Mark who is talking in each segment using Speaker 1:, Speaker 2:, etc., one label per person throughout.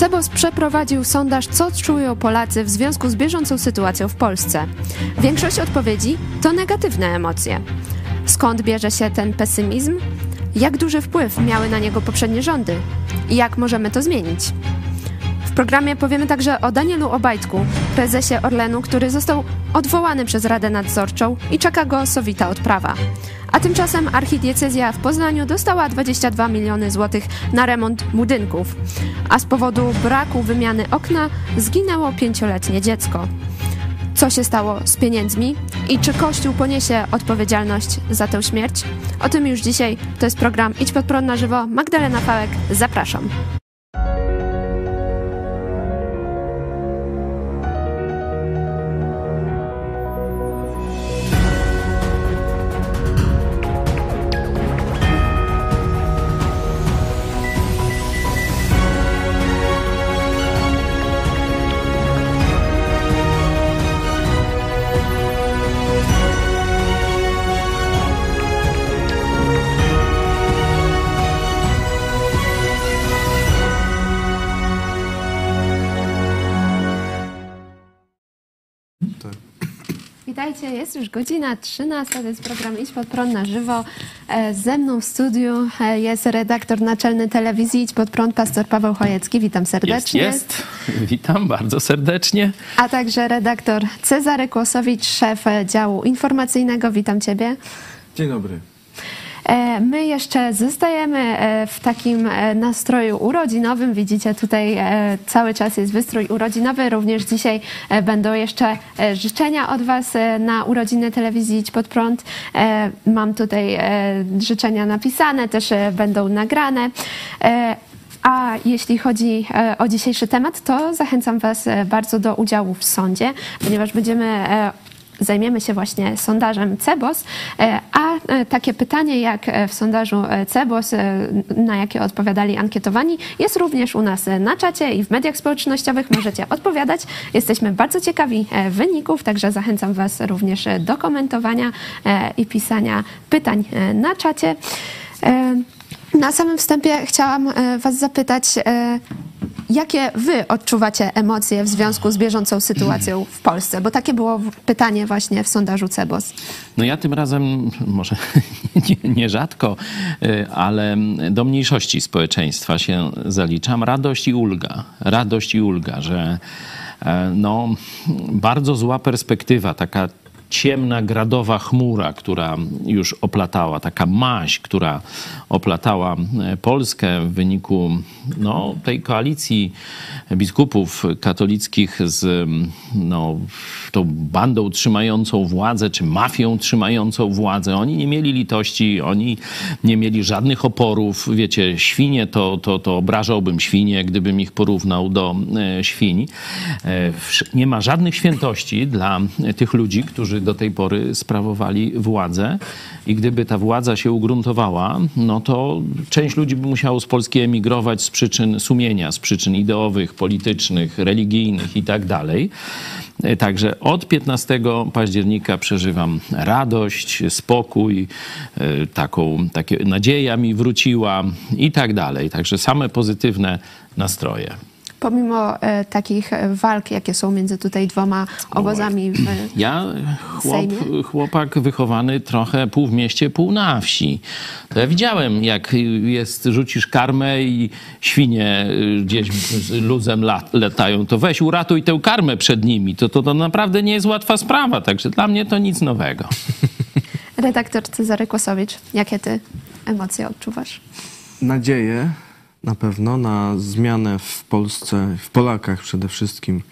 Speaker 1: CBOS przeprowadził sondaż, co czują Polacy w związku z bieżącą sytuacją w Polsce. Większość odpowiedzi to negatywne emocje. Skąd bierze się ten pesymizm? Jak duży wpływ miały na niego poprzednie rządy? I jak możemy to zmienić? W programie powiemy także o Danielu Obajtku, prezesie Orlenu, który został odwołany przez Radę Nadzorczą i czeka go sowita odprawa. A tymczasem archidiecezja w Poznaniu dostała 22 miliony złotych na remont budynków, a z powodu braku wymiany okna zginęło 5-letnie dziecko. Co się stało z pieniędzmi i czy Kościół poniesie odpowiedzialność za tę śmierć? O tym już dzisiaj. To jest program Idź Pod Prąd na żywo. Magdalena Fałek, zapraszam. Witajcie, jest już godzina 13, to jest program Idź Pod Prąd na żywo. Ze mną w studiu jest redaktor naczelny telewizji Idź Pod Prąd, pastor Paweł Chojecki. Witam serdecznie.
Speaker 2: Jest. Witam bardzo serdecznie.
Speaker 1: A także redaktor Cezary Kłosowicz, szef działu informacyjnego. Witam ciebie.
Speaker 3: Dzień dobry.
Speaker 1: My jeszcze zostajemy w takim nastroju urodzinowym. Widzicie, tutaj cały czas jest wystrój urodzinowy. Również dzisiaj będą jeszcze życzenia od Was na urodziny telewizji Idź Pod Prąd. Mam tutaj życzenia napisane, też będą nagrane. A jeśli chodzi o dzisiejszy temat, to zachęcam Was bardzo do udziału w sądzie, ponieważ zajmiemy się właśnie sondażem CBOS, a takie pytanie jak w sondażu CBOS, na jakie odpowiadali ankietowani, jest również u nas na czacie i w mediach społecznościowych. Możecie odpowiadać. Jesteśmy bardzo ciekawi wyników, także zachęcam Was również do komentowania i pisania pytań na czacie. Na samym wstępie chciałam Was zapytać, jakie Wy odczuwacie emocje w związku z bieżącą sytuacją w Polsce? Bo takie było pytanie właśnie w sondażu CBOS.
Speaker 2: No ja tym razem, może nierzadko, ale do mniejszości społeczeństwa się zaliczam. Radość i ulga, że no, bardzo zła perspektywa, taka ciemna, gradowa chmura, która już oplatała, taka maź, która oplatała Polskę w wyniku tej koalicji biskupów katolickich z tą bandą trzymającą władzę, czy mafią trzymającą władzę. Oni nie mieli litości, oni nie mieli żadnych oporów. Wiecie, świnie to obrażałbym świnie, gdybym ich porównał do świń. Nie ma żadnych świętości dla tych ludzi, którzy do tej pory sprawowali władzę i gdyby ta władza się ugruntowała, no to część ludzi by musiało z Polski emigrować z przyczyn sumienia, z przyczyn ideowych, politycznych, religijnych i tak dalej. Także od 15 października przeżywam radość, spokój, takie nadzieja mi wróciła i tak dalej. Także same pozytywne nastroje.
Speaker 1: Pomimo takich walk, jakie są między tutaj dwoma obozami w Sejmie?
Speaker 2: Chłopak wychowany trochę pół w mieście, pół na wsi. To ja widziałem, jak rzucisz karmę i świnie gdzieś luzem latają, to weź uratuj tę karmę przed nimi. To naprawdę nie jest łatwa sprawa, także dla mnie to nic nowego.
Speaker 1: Redaktor Cezary Kłosowicz, jakie ty emocje odczuwasz?
Speaker 3: Nadzieję na pewno na zmianę w Polsce, w Polakach przede wszystkim,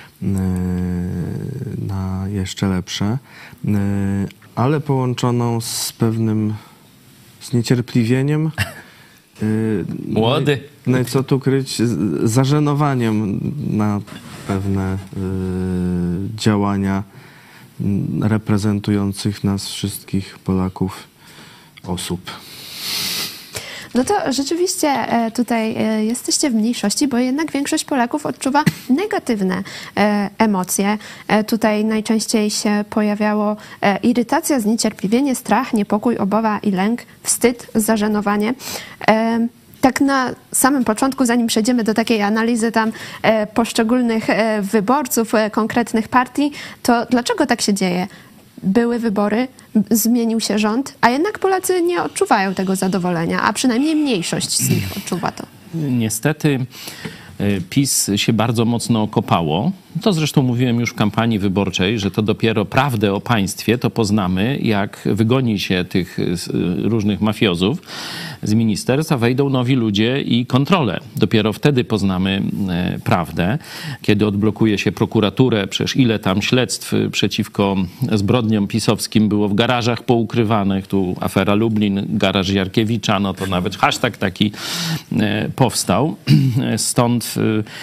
Speaker 3: na jeszcze lepsze, ale połączoną z pewnym zniecierpliwieniem.
Speaker 2: Młody.
Speaker 3: No i co tu kryć, zażenowaniem na pewne działania reprezentujących nas wszystkich Polaków osób.
Speaker 1: No to rzeczywiście tutaj jesteście w mniejszości, bo jednak większość Polaków odczuwa negatywne emocje. Tutaj najczęściej się pojawiało irytacja, zniecierpliwienie, strach, niepokój, obawa i lęk, wstyd, zażenowanie. Tak na samym początku, zanim przejdziemy do takiej analizy tam poszczególnych wyborców, konkretnych partii, to dlaczego tak się dzieje? Były wybory, zmienił się rząd, a jednak Polacy nie odczuwają tego zadowolenia, a przynajmniej mniejszość z nich odczuwa to.
Speaker 2: Niestety PiS się bardzo mocno okopało. To zresztą mówiłem już w kampanii wyborczej, że to dopiero prawdę o państwie to poznamy, jak wygoni się tych różnych mafiozów z ministerstwa, wejdą nowi ludzie i kontrolę. Dopiero wtedy poznamy prawdę, kiedy odblokuje się prokuraturę. Przecież ile tam śledztw przeciwko zbrodniom pisowskim było w garażach poukrywanych. Tu afera Lublin, garaż Jarkiewicza, no to nawet hashtag taki powstał. Stąd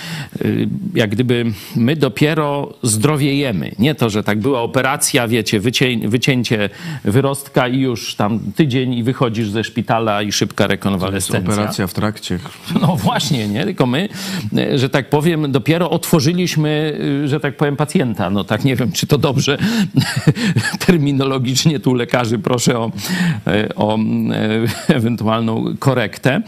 Speaker 2: jak gdyby my dopiero zdrowiejemy. Nie to, że tak była operacja, wiecie, wycięcie wyrostka i już tam tydzień i wychodzisz ze szpitala i szybka rekonwalescencja.
Speaker 3: Operacja w trakcie.
Speaker 2: No właśnie, nie? Tylko my, że tak powiem, dopiero otworzyliśmy, że tak powiem, pacjenta. No tak nie wiem, czy to dobrze terminologicznie tu lekarzy proszę o ewentualną korektę.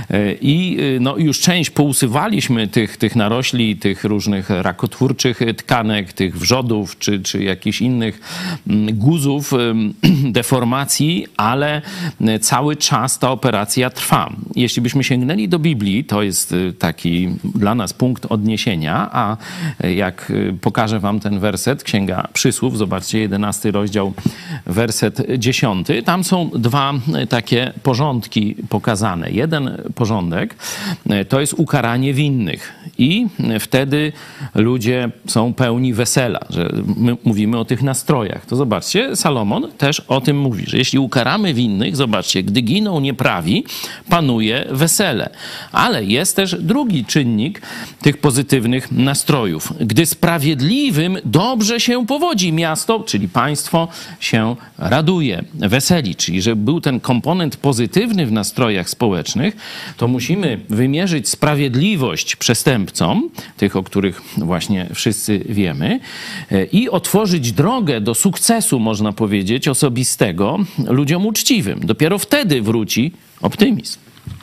Speaker 2: I no już część pousuwaliśmy tych narośli, tych różnych rakotwórczych tkanek, tych wrzodów, czy jakichś innych guzów, deformacji, ale cały czas ta operacja trwa. Jeśli byśmy sięgnęli do Biblii, to jest taki dla nas punkt odniesienia, a jak pokażę wam ten werset, Księga Przysłów, zobaczcie, 11 rozdział, werset 10, tam są dwa takie porządki pokazane. Jeden porządek to jest ukaranie winnych i wtedy ludzie są pełni wesela, że my mówimy o tych nastrojach. To zobaczcie, Salomon też o tym mówi, że jeśli ukaramy winnych, zobaczcie, gdy giną nieprawi, panuje wesele. Ale jest też drugi czynnik tych pozytywnych nastrojów. Gdy sprawiedliwym dobrze się powodzi, miasto, czyli państwo, się raduje, weseli. Czyli żeby był ten komponent pozytywny w nastrojach społecznych, to musimy wymierzyć sprawiedliwość przestępcom, tych, o których właśnie wszyscy wiemy, i otworzyć drogę do sukcesu, można powiedzieć, osobistego ludziom uczciwym. Dopiero wtedy wróci optymizm.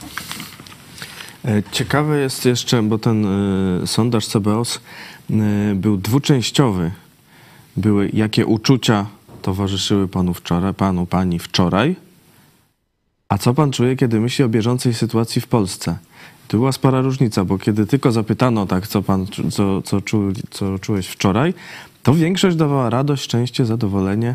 Speaker 3: Ciekawe jest jeszcze, bo ten sondaż CBOS był dwuczęściowy. Były, jakie uczucia towarzyszyły pani wczoraj, a co pan czuje, kiedy myśli o bieżącej sytuacji w Polsce? Tu była spora różnica, bo kiedy tylko zapytano tak, co czułeś wczoraj, to większość dawała radość, szczęście, zadowolenie,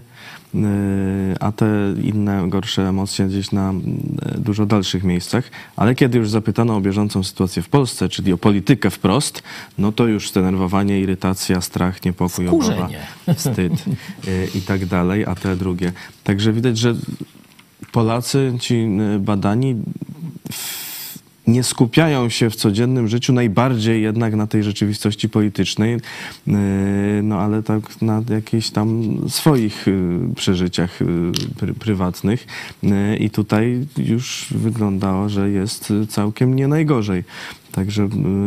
Speaker 3: a te inne, gorsze emocje gdzieś na dużo dalszych miejscach. Ale kiedy już zapytano o bieżącą sytuację w Polsce, czyli o politykę wprost, no to już zdenerwowanie, irytacja, strach, niepokój, obawa, wstyd i tak dalej, a te drugie. Także widać, że Polacy, ci badani, nie skupiają się w codziennym życiu najbardziej jednak na tej rzeczywistości politycznej, no ale tak na jakichś tam swoich przeżyciach prywatnych. I tutaj już wyglądało, że jest całkiem nie najgorzej. Także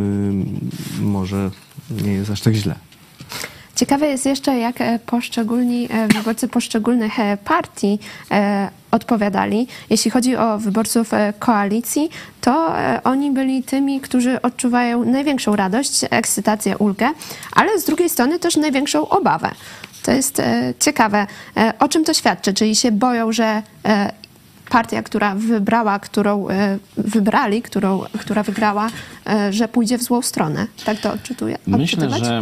Speaker 3: może nie jest aż tak źle.
Speaker 1: Ciekawe jest jeszcze, jak poszczególni wyborcy poszczególnych partii odpowiadali. Jeśli chodzi o wyborców koalicji, to oni byli tymi, którzy odczuwają największą radość, ekscytację, ulgę, ale z drugiej strony też największą obawę. To jest ciekawe. O czym to świadczy? Czyli się boją, że partia, która wybrała, którą wybrali, która wygrała, że pójdzie w złą stronę. Tak to odczytuję.
Speaker 2: Myślę, że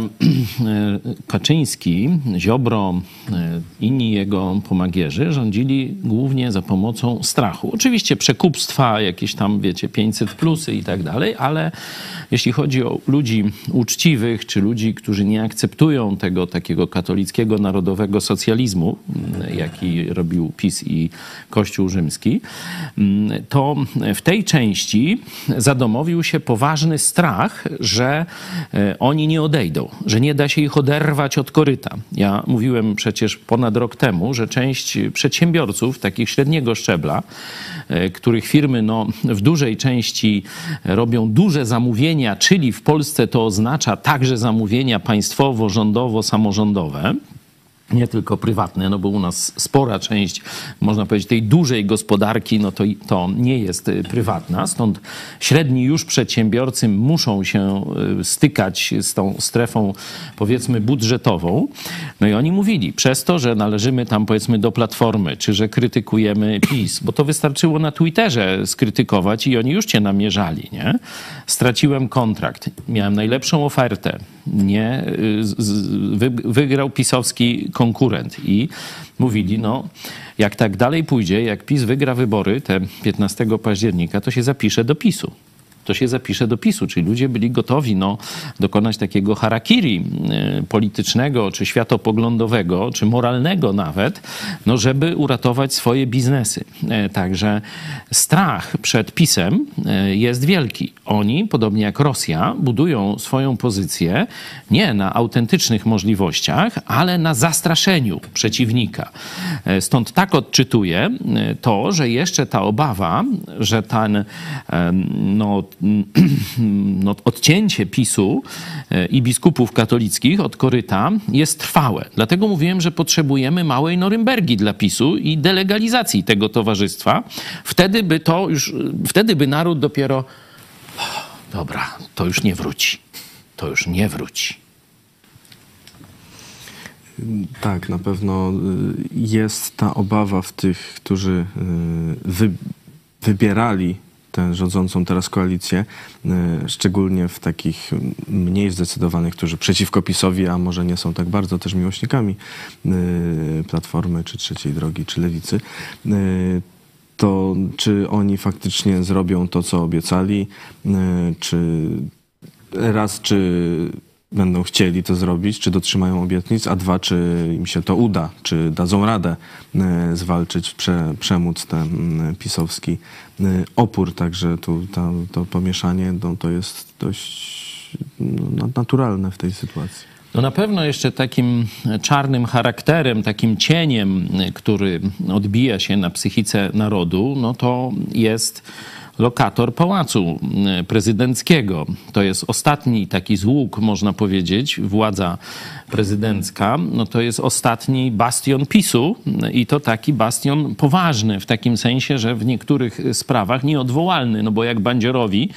Speaker 2: Kaczyński, Ziobro, inni jego pomagierzy rządzili głównie za pomocą strachu. Oczywiście przekupstwa, jakieś tam, wiecie, 500 plusy i tak dalej, ale jeśli chodzi o ludzi uczciwych, czy ludzi, którzy nie akceptują tego takiego katolickiego, narodowego socjalizmu, jaki robił PiS i Kościół rzymski, to w tej części zadomowił się poważny strach, że oni nie odejdą, że nie da się ich oderwać od koryta. Ja mówiłem przecież ponad rok temu, że część przedsiębiorców, takich średniego szczebla, których firmy w dużej części robią duże zamówienia, czyli w Polsce to oznacza także zamówienia państwowo, rządowo, samorządowe, nie tylko prywatne, no bo u nas spora część, można powiedzieć, tej dużej gospodarki, no to nie jest prywatna, stąd średni już przedsiębiorcy muszą się stykać z tą strefą, powiedzmy, budżetową. No i oni mówili, przez to, że należymy tam, powiedzmy, do Platformy, czy że krytykujemy PiS, bo to wystarczyło na Twitterze skrytykować i oni już cię namierzali, nie? Straciłem kontrakt, miałem najlepszą ofertę, nie, wygrał pisowski konkurent i mówili, no jak tak dalej pójdzie, jak PiS wygra wybory te 15 października, to się zapisze do PiS-u. To się zapisze do PiS-u, czyli ludzie byli gotowi dokonać takiego harakiri politycznego, czy światopoglądowego, czy moralnego nawet, żeby uratować swoje biznesy. Także strach przed PiS-em jest wielki. Oni, podobnie jak Rosja, budują swoją pozycję nie na autentycznych możliwościach, ale na zastraszeniu przeciwnika. Stąd tak odczytuję to, że jeszcze ta obawa, że ten odcięcie PiS-u i biskupów katolickich od koryta jest trwałe. Dlatego mówiłem, że potrzebujemy małej Norymbergi dla PiS-u i delegalizacji tego towarzystwa. Wtedy by naród dopiero dobra, to już nie wróci. To już nie wróci.
Speaker 3: Tak, na pewno jest ta obawa w tych, którzy wybierali tę rządzącą teraz koalicję, szczególnie w takich mniej zdecydowanych, którzy przeciwko PiS-owi, a może nie są tak bardzo też miłośnikami Platformy, czy Trzeciej Drogi, czy Lewicy, to czy oni faktycznie zrobią to, co obiecali, czy będą chcieli to zrobić, czy dotrzymają obietnic, a dwa, czy im się to uda, czy dadzą radę zwalczyć, przemóc ten pisowski opór. Także to pomieszanie to jest dość naturalne w tej sytuacji.
Speaker 2: No na pewno jeszcze takim czarnym charakterem, takim cieniem, który odbija się na psychice narodu, to jest lokator Pałacu Prezydenckiego. To jest ostatni taki złóg, można powiedzieć, władza prezydencka. To jest ostatni bastion PiS-u i to taki bastion poważny, w takim sensie, że w niektórych sprawach nieodwołalny, bo jak Bandzierowi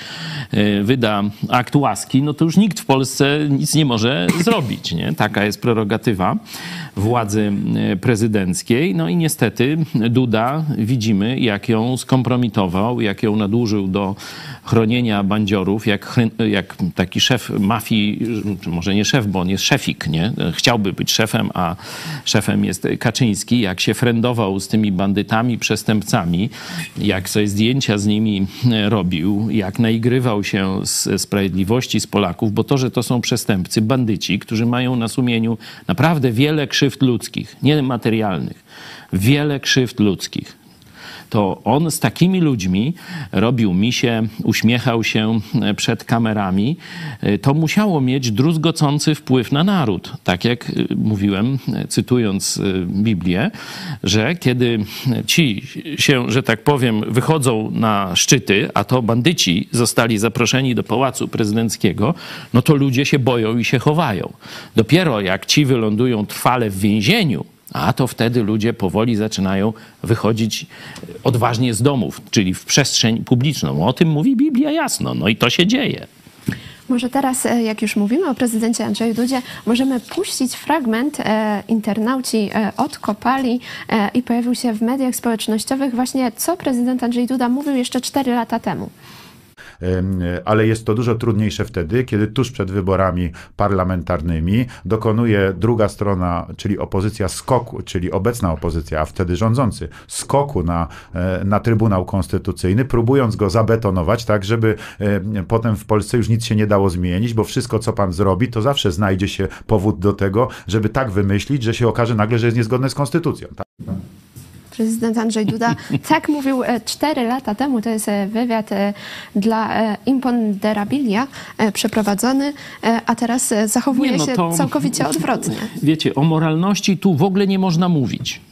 Speaker 2: wyda akt łaski, to już nikt w Polsce nic nie może zrobić, nie? Taka jest prerogatywa władzy prezydenckiej. I niestety Duda, widzimy, jak ją skompromitował, jak ją nadużył do chronienia bandziorów, jak taki szef mafii, czy może nie szef, bo on jest szefik, nie? Chciałby być szefem, a szefem jest Kaczyński, jak się frędował z tymi bandytami, przestępcami, jak sobie zdjęcia z nimi robił, jak naigrywał się z sprawiedliwości, z Polaków, bo to, że to są przestępcy, bandyci, którzy mają na sumieniu naprawdę wiele krzywd ludzkich, nie materialnych, wiele krzywd ludzkich. To on z takimi ludźmi robił misie, uśmiechał się przed kamerami. To musiało mieć druzgocący wpływ na naród. Tak jak mówiłem, cytując Biblię, że kiedy ci się, że tak powiem, wychodzą na szczyty, a to bandyci zostali zaproszeni do Pałacu Prezydenckiego, to ludzie się boją i się chowają. Dopiero jak ci wylądują trwale w więzieniu, a to wtedy ludzie powoli zaczynają wychodzić odważnie z domów, czyli w przestrzeń publiczną. O tym mówi Biblia jasno, i to się dzieje.
Speaker 1: Może teraz, jak już mówimy o prezydencie Andrzeju Dudzie, możemy puścić fragment. Internauci odkopali i pojawił się w mediach społecznościowych właśnie, co prezydent Andrzej Duda mówił jeszcze 4 lata temu.
Speaker 4: Ale jest to dużo trudniejsze wtedy, kiedy tuż przed wyborami parlamentarnymi dokonuje druga strona, czyli opozycja skoku, czyli obecna opozycja, a wtedy rządzący, skoku na Trybunał Konstytucyjny, próbując go zabetonować, tak żeby potem w Polsce już nic się nie dało zmienić, bo wszystko, co pan zrobi, to zawsze znajdzie się powód do tego, żeby tak wymyślić, że się okaże nagle, że jest niezgodne z konstytucją. Tak?
Speaker 1: Prezydent Andrzej Duda tak mówił 4 lata temu. To jest wywiad dla Imponderabilia przeprowadzony, a teraz zachowuje się całkowicie odwrotnie.
Speaker 2: Wiecie, o moralności tu w ogóle nie można mówić.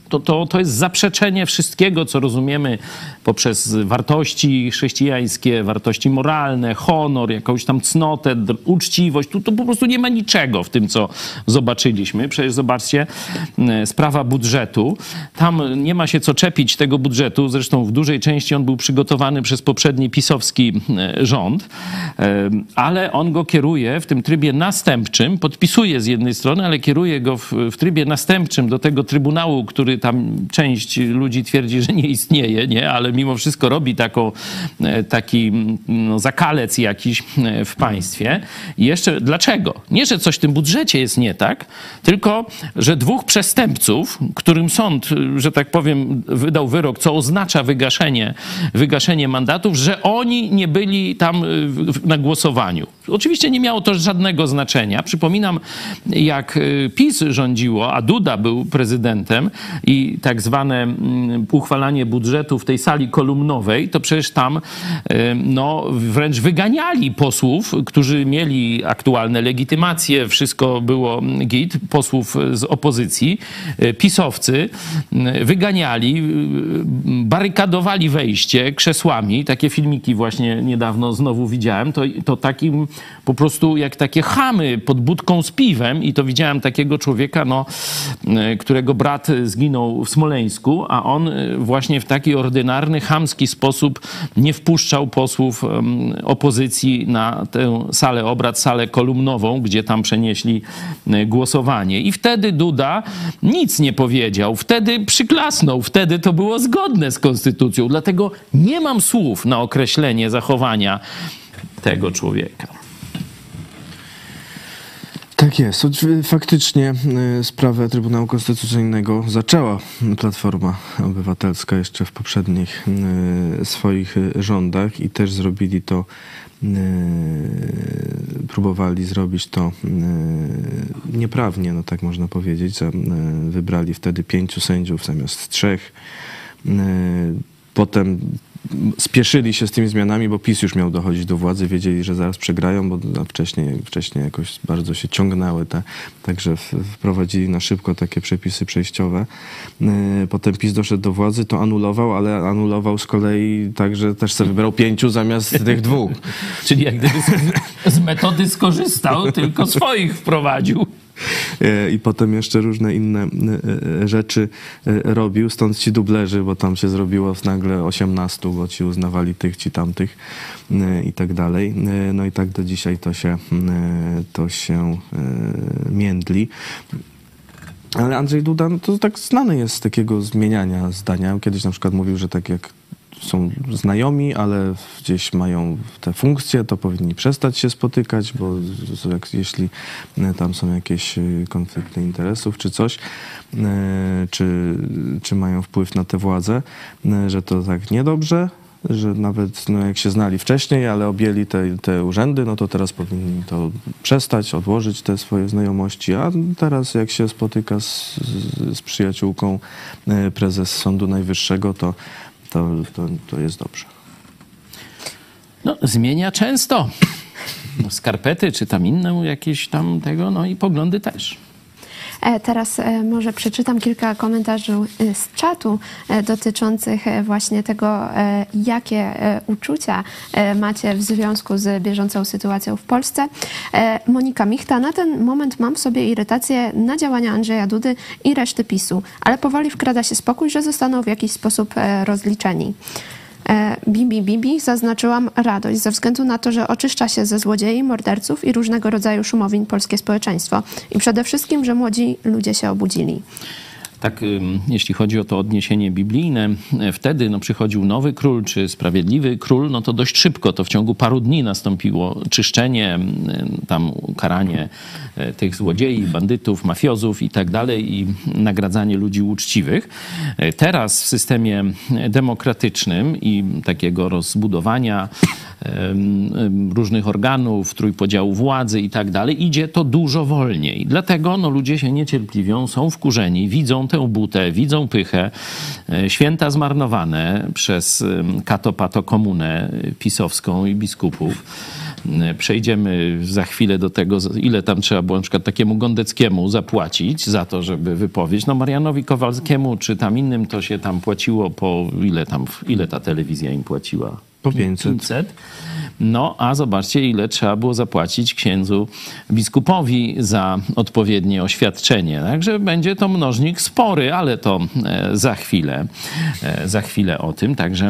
Speaker 2: To jest zaprzeczenie wszystkiego, co rozumiemy poprzez wartości chrześcijańskie, wartości moralne, honor, jakąś tam cnotę, uczciwość. Tu po prostu nie ma niczego w tym, co zobaczyliśmy. Przecież zobaczcie, sprawa budżetu. Tam nie ma się co czepić tego budżetu. Zresztą w dużej części on był przygotowany przez poprzedni pisowski rząd, ale on go kieruje w tym trybie następczym, podpisuje z jednej strony, ale kieruje go w trybie następczym do tego trybunału, który tam część ludzi twierdzi, że nie istnieje, nie? Ale mimo wszystko robi taki zakalec jakiś w państwie. I jeszcze dlaczego? Nie, że coś w tym budżecie jest nie tak, tylko, że dwóch przestępców, którym sąd, że tak powiem, wydał wyrok, co oznacza wygaszenie mandatów, że oni nie byli tam na głosowaniu. Oczywiście nie miało to żadnego znaczenia. Przypominam, jak PiS rządziło, a Duda był prezydentem i tak zwane uchwalanie budżetu w tej sali kolumnowej, to przecież tam wręcz wyganiali posłów, którzy mieli aktualne legitymacje, wszystko było git, posłów z opozycji, pisowcy wyganiali, barykadowali wejście krzesłami. Takie filmiki właśnie niedawno znowu widziałem. To takim po prostu jak takie chamy pod budką z piwem i to widziałem takiego człowieka, którego brat zginął w Smoleńsku, a on właśnie w taki ordynarny, chamski sposób nie wpuszczał posłów opozycji na tę salę obrad, salę kolumnową, gdzie tam przenieśli głosowanie. I wtedy Duda nic nie powiedział, wtedy przyklasnął, wtedy to było zgodne z konstytucją. Dlatego nie mam słów na określenie zachowania tego człowieka.
Speaker 3: Tak jest. Faktycznie sprawę Trybunału Konstytucyjnego zaczęła Platforma Obywatelska jeszcze w poprzednich swoich rządach i też zrobili to, próbowali zrobić to nieprawnie, no tak można powiedzieć. Wybrali wtedy 5 sędziów zamiast 3. Potem spieszyli się z tymi zmianami, bo PiS już miał dochodzić do władzy, wiedzieli, że zaraz przegrają, bo wcześniej jakoś bardzo się ciągnęły także wprowadzili na szybko takie przepisy przejściowe. Potem PiS doszedł do władzy, to anulował, ale anulował z kolei tak, że też sobie wybrał 5 zamiast tych 2.
Speaker 2: Czyli jak gdyby z metody skorzystał, tylko swoich wprowadził.
Speaker 3: I potem jeszcze różne inne rzeczy robił, stąd ci dublerzy, bo tam się zrobiło nagle 18, bo ci uznawali tych, ci tamtych i tak dalej. No i tak do dzisiaj to się międli. Ale Andrzej Duda to tak znany jest z takiego zmieniania zdania. Kiedyś na przykład mówił, że tak jak są znajomi, ale gdzieś mają te funkcje, to powinni przestać się spotykać, bo jeśli tam są jakieś konflikty interesów czy coś, czy mają wpływ na tę władzę, że to tak niedobrze, że nawet jak się znali wcześniej, ale objęli te urzędy, no to teraz powinni to przestać, odłożyć te swoje znajomości, a teraz jak się spotyka z przyjaciółką prezes Sądu Najwyższego, to jest dobrze.
Speaker 2: No, zmienia często. Skarpety, czy tam inne jakieś tam tego, no i poglądy też.
Speaker 1: Teraz może przeczytam kilka komentarzy z czatu dotyczących właśnie tego, jakie uczucia macie w związku z bieżącą sytuacją w Polsce. Monika Michta, na ten moment mam w sobie irytację na działania Andrzeja Dudy i reszty PiS-u, ale powoli wkrada się spokój, że zostaną w jakiś sposób rozliczeni. Bibi, zaznaczyłam radość ze względu na to, że oczyszcza się ze złodziei, morderców i różnego rodzaju szumowin polskie społeczeństwo. I przede wszystkim, że młodzi ludzie się obudzili.
Speaker 2: Tak, jeśli chodzi o to odniesienie biblijne, wtedy przychodził nowy król, czy sprawiedliwy król, no to dość szybko, to w ciągu paru dni nastąpiło czyszczenie, tam ukaranie tych złodziei, bandytów, mafiozów i tak dalej i nagradzanie ludzi uczciwych. Teraz w systemie demokratycznym i takiego rozbudowania różnych organów, trójpodziału władzy i tak dalej, idzie to dużo wolniej. Dlatego ludzie się niecierpliwią, są wkurzeni, widzą tę butę, widzą pychę, święta zmarnowane przez kato-pato komunę pisowską i biskupów. Przejdziemy za chwilę do tego, ile tam trzeba było na przykład takiemu Gondeckiemu zapłacić za to, żeby wypowiedź. No Marianowi Kowalskiemu czy tam innym to się tam płaciło po ile ta telewizja im płaciła?
Speaker 3: Po 500.
Speaker 2: No, a zobaczcie, ile trzeba było zapłacić księdzu biskupowi za odpowiednie oświadczenie. Także będzie to mnożnik spory, ale to za chwilę o tym. Także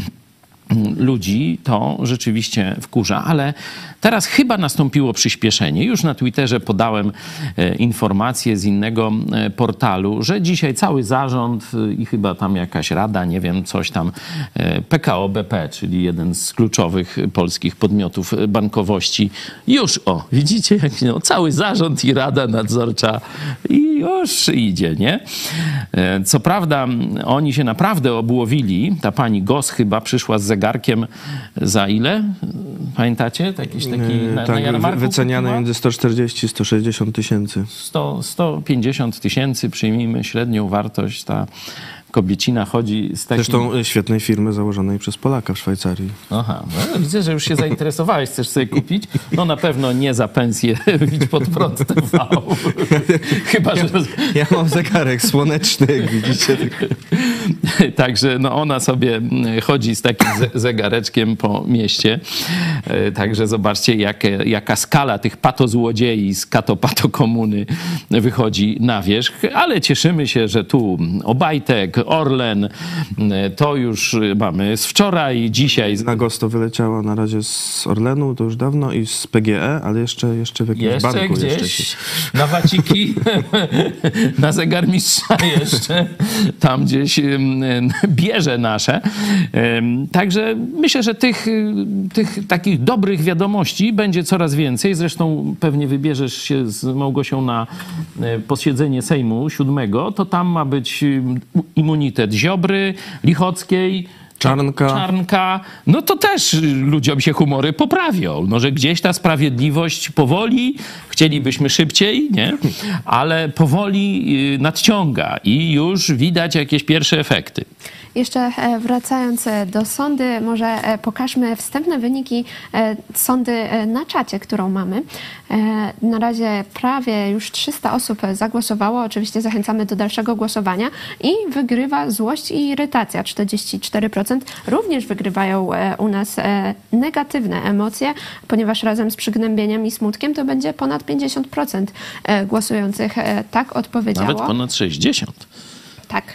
Speaker 2: ludzi to rzeczywiście wkurza, ale teraz chyba nastąpiło przyspieszenie. Już na Twitterze podałem informację z innego portalu, że dzisiaj cały zarząd i chyba tam jakaś rada, nie wiem, coś tam, PKO BP, czyli jeden z kluczowych polskich podmiotów bankowości, już, widzicie, jak cały zarząd i rada nadzorcza i już idzie, nie? Co prawda oni się naprawdę obłowili. Ta pani Gos chyba przyszła z zegarkiem za ile? Pamiętacie? Jakiś taki na jarmarku
Speaker 3: wyceniane
Speaker 2: kupiła?
Speaker 3: między 140 i 160 tysięcy.
Speaker 2: 150 tysięcy, przyjmijmy średnią wartość. Ta kobiecina chodzi z takim...
Speaker 3: Zresztą świetnej firmy założonej przez Polaka w Szwajcarii.
Speaker 2: Aha, no, widzę, że już się zainteresowałeś, chcesz sobie kupić? No na pewno nie za pensję Widź Pod Prąd TV. Chyba, że...
Speaker 3: Ja mam zegarek słoneczny, jak widzicie.
Speaker 2: Także no ona sobie chodzi z takim zegareczkiem po mieście. Także zobaczcie, jaka skala tych patozłodziei z kato-pato komuny wychodzi na wierzch. Ale cieszymy się, że tu Obajtek, Orlen, to już mamy z wczoraj, dzisiaj.
Speaker 3: Na Gosto wyleciała na razie z Orlenu, to już dawno, i z PGE, ale jeszcze w jakimś banku.
Speaker 2: Gdzieś na waciki, na zegarmistrza jeszcze, tam gdzieś bierze nasze. Także myślę, że tych takich dobrych wiadomości będzie coraz więcej. Zresztą pewnie wybierzesz się z Małgosią na posiedzenie Sejmu 7, to tam ma być immunitet Ziobry, Lichockiej, Czarnka. No to też ludziom się humory poprawią. No, że gdzieś ta sprawiedliwość powoli, chcielibyśmy szybciej, nie? Ale powoli nadciąga i już widać jakieś pierwsze efekty.
Speaker 1: Jeszcze wracając do sądy, może pokażmy wstępne wyniki sądy na czacie, którą mamy. Na razie prawie już 300 osób zagłosowało. Oczywiście zachęcamy do dalszego głosowania i wygrywa złość i irytacja. 44%. Również wygrywają u nas negatywne emocje, ponieważ razem z przygnębieniem i smutkiem to będzie ponad 50% głosujących tak odpowiedziało.
Speaker 2: Nawet ponad 60%.
Speaker 1: Tak.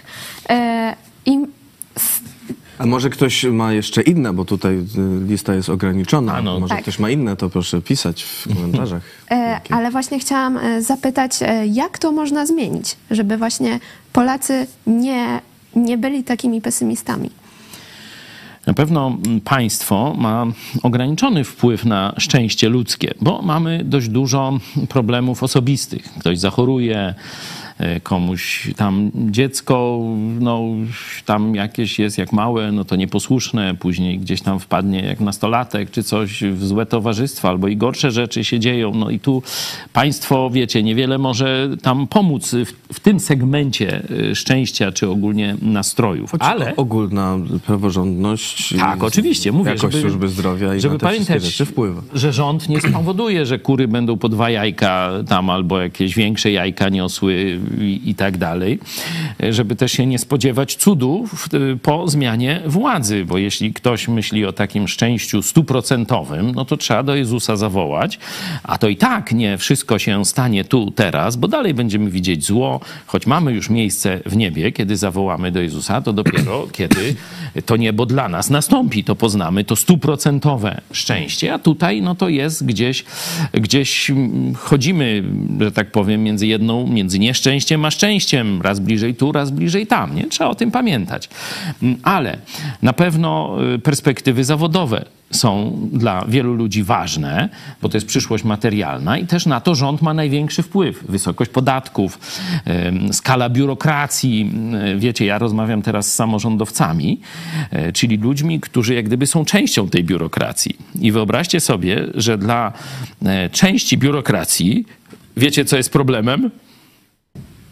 Speaker 3: A może ktoś ma jeszcze inne, bo tutaj lista jest ograniczona. Może
Speaker 1: tak.
Speaker 3: Ktoś ma inne, to proszę pisać w komentarzach.
Speaker 1: Ale właśnie chciałam zapytać, jak to można zmienić, żeby właśnie Polacy nie byli takimi pesymistami?
Speaker 2: Na pewno państwo ma ograniczony wpływ na szczęście ludzkie, bo mamy dość dużo problemów osobistych. Ktoś zachoruje, komuś tam dziecko, no tam jakieś jest jak małe, no to nieposłuszne, później gdzieś tam wpadnie jak nastolatek czy coś w złe towarzystwo, albo i gorsze rzeczy się dzieją. No i tu państwo, wiecie, niewiele może tam pomóc w tym segmencie szczęścia czy ogólnie nastrojów.
Speaker 3: Ale ogólna praworządność.
Speaker 2: Tak, oczywiście, mówię,
Speaker 3: jakość służby zdrowia i
Speaker 2: żeby
Speaker 3: na te
Speaker 2: pamiętać,
Speaker 3: rzeczy wpływa.
Speaker 2: że rząd nie spowoduje, że kury będą po 2 jajka tam albo jakieś większe jajka niosły i tak dalej, żeby też się nie spodziewać cudów po zmianie władzy, bo jeśli ktoś myśli o takim szczęściu 100%, no to trzeba do Jezusa zawołać, a to i tak nie wszystko się stanie tu, teraz, bo dalej będziemy widzieć zło, choć mamy już miejsce w niebie, kiedy zawołamy do Jezusa, to dopiero kiedy to niebo dla nas nastąpi, to poznamy to 100% szczęście, a tutaj no to jest gdzieś chodzimy, że tak powiem, między nieszczęściem a szczęściem, raz bliżej tu, raz bliżej tam, nie? Trzeba o tym pamiętać. Ale na pewno perspektywy zawodowe są dla wielu ludzi ważne, bo to jest przyszłość materialna i też na to rząd ma największy wpływ. Wysokość podatków, skala biurokracji. Wiecie, ja rozmawiam teraz z samorządowcami, czyli ludźmi, którzy jak gdyby są częścią tej biurokracji. I wyobraźcie sobie, że dla części biurokracji, wiecie co jest problemem?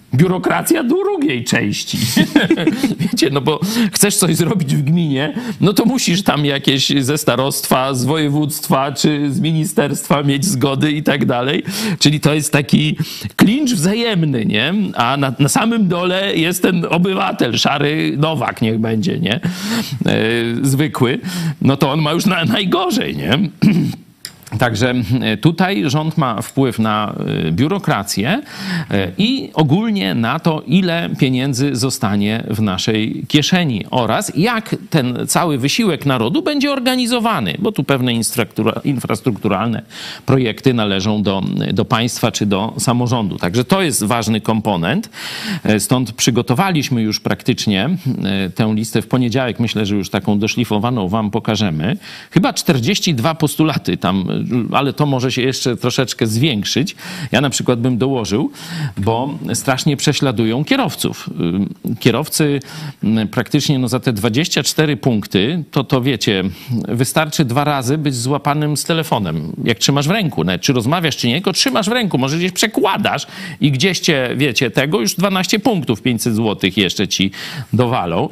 Speaker 2: Biurokracja drugiej części. Wiecie, no bo chcesz coś zrobić w gminie, no to musisz tam jakieś ze starostwa, z województwa czy z ministerstwa mieć zgody i tak dalej. Czyli to jest taki klincz wzajemny, nie? A na samym dole jest ten obywatel, szary Nowak niech będzie, nie? Zwykły. No to on ma już najgorzej, nie? Także tutaj rząd ma wpływ na biurokrację i ogólnie na to, ile pieniędzy zostanie w naszej kieszeni oraz jak ten cały wysiłek narodu będzie organizowany, bo tu pewne infrastrukturalne projekty należą do państwa czy do samorządu. Także to jest ważny komponent. Stąd przygotowaliśmy już praktycznie tę listę w poniedziałek. Myślę, że już taką doszlifowaną wam pokażemy. Chyba 42 postulaty tam, ale to może się jeszcze troszeczkę zwiększyć. Ja na przykład bym dołożył, bo strasznie prześladują kierowców. Kierowcy praktycznie no, za te 24 punkty, to wiecie, wystarczy 2 razy być złapanym z telefonem. Jak trzymasz w ręku, nawet czy rozmawiasz, czy nie, tylko trzymasz w ręku, może gdzieś przekładasz i gdzieś cię, wiecie, tego już 12 punktów, 500 zł jeszcze ci dowalą.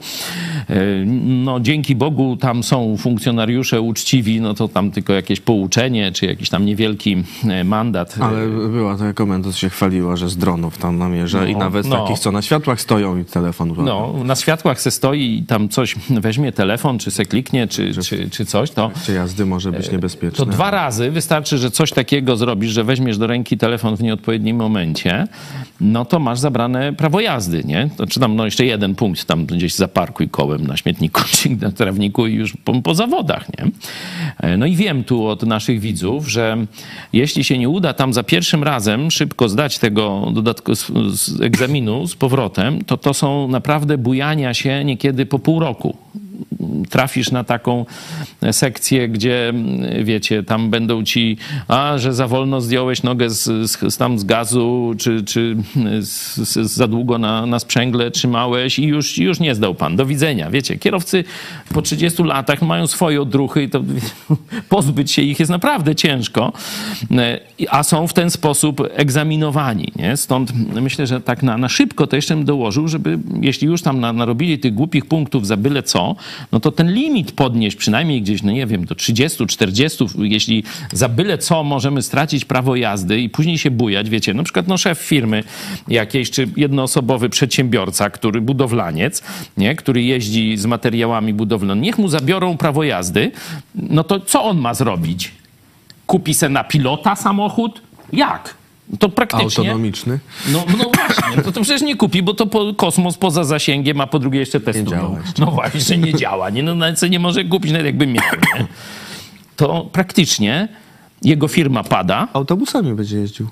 Speaker 2: No dzięki Bogu tam są funkcjonariusze uczciwi, no to tam tylko jakieś pouczenie, czy jakiś tam niewielki mandat.
Speaker 3: Ale była taka komenda, co się chwaliła, że z dronów tam namierza i nawet takich, co na światłach stoją i telefon.
Speaker 2: No, na światłach se stoi i tam coś weźmie telefon, czy se kliknie, czy coś, to...
Speaker 3: Czy jazdy może być niebezpieczne.
Speaker 2: To 2 razy wystarczy, że coś takiego zrobisz, że weźmiesz do ręki telefon w nieodpowiednim momencie, no to masz zabrane prawo jazdy, nie? To, czy tam no jeszcze 1 punkt, tam gdzieś zaparkuj kołem na śmietniku, czy na trawniku i już po zawodach, nie? No i wiem tu od naszych widzów, że jeśli się nie uda tam za pierwszym razem szybko zdać tego z egzaminu z powrotem, to są naprawdę bujania się niekiedy po pół roku. Trafisz na taką sekcję, gdzie wiecie, tam będą ci, że za wolno zdjąłeś nogę z gazu, czy za długo na sprzęgle trzymałeś i już nie zdał pan. Do widzenia. Wiecie, kierowcy po 30 latach mają swoje odruchy i to pozbyć się ich jest naprawdę ciężko, a są w ten sposób egzaminowani. Nie? Stąd myślę, że tak na szybko to jeszcze bym dołożył, żeby jeśli już tam narobili tych głupich punktów za byle co, no to ten limit podnieść przynajmniej gdzieś, no nie wiem, do 30, 40, jeśli za byle co możemy stracić prawo jazdy i później się bujać, wiecie, na przykład no szef firmy jakiejś, czy jednoosobowy przedsiębiorca, budowlaniec, nie, który jeździ z materiałami budowlanymi, niech mu zabiorą prawo jazdy, no to co on ma zrobić? Kupi se na pilota samochód? Jak? To praktycznie...
Speaker 3: Autonomiczny?
Speaker 2: No właśnie, to przecież nie kupi, bo to kosmos poza zasięgiem, a po drugie jeszcze testują. No właśnie, nie działa. Nie? No nawet nie może kupić, nawet jakby miał. Nie? To praktycznie jego firma pada.
Speaker 3: Autobusami będzie jeździł.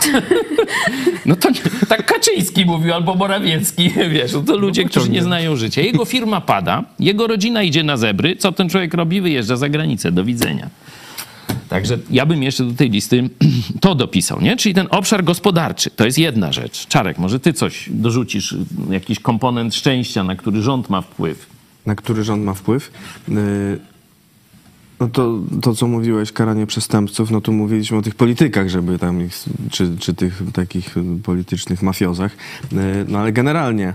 Speaker 2: No to tak Kaczyński mówił, albo Morawiecki, wiesz, to ludzie, którzy nie znają życia. Jego firma pada, jego rodzina idzie na zebry. Co ten człowiek robi? Wyjeżdża za granicę. Do widzenia. Także ja bym jeszcze do tej listy to dopisał, nie? Czyli ten obszar gospodarczy, to jest jedna rzecz. Czarek, może ty coś dorzucisz, jakiś komponent szczęścia, na który rząd ma wpływ.
Speaker 3: Na który rząd ma wpływ? No to, co mówiłeś, karanie przestępców, no tu mówiliśmy o tych politykach, żeby tam ich, czy tych takich politycznych mafiozach. No ale generalnie,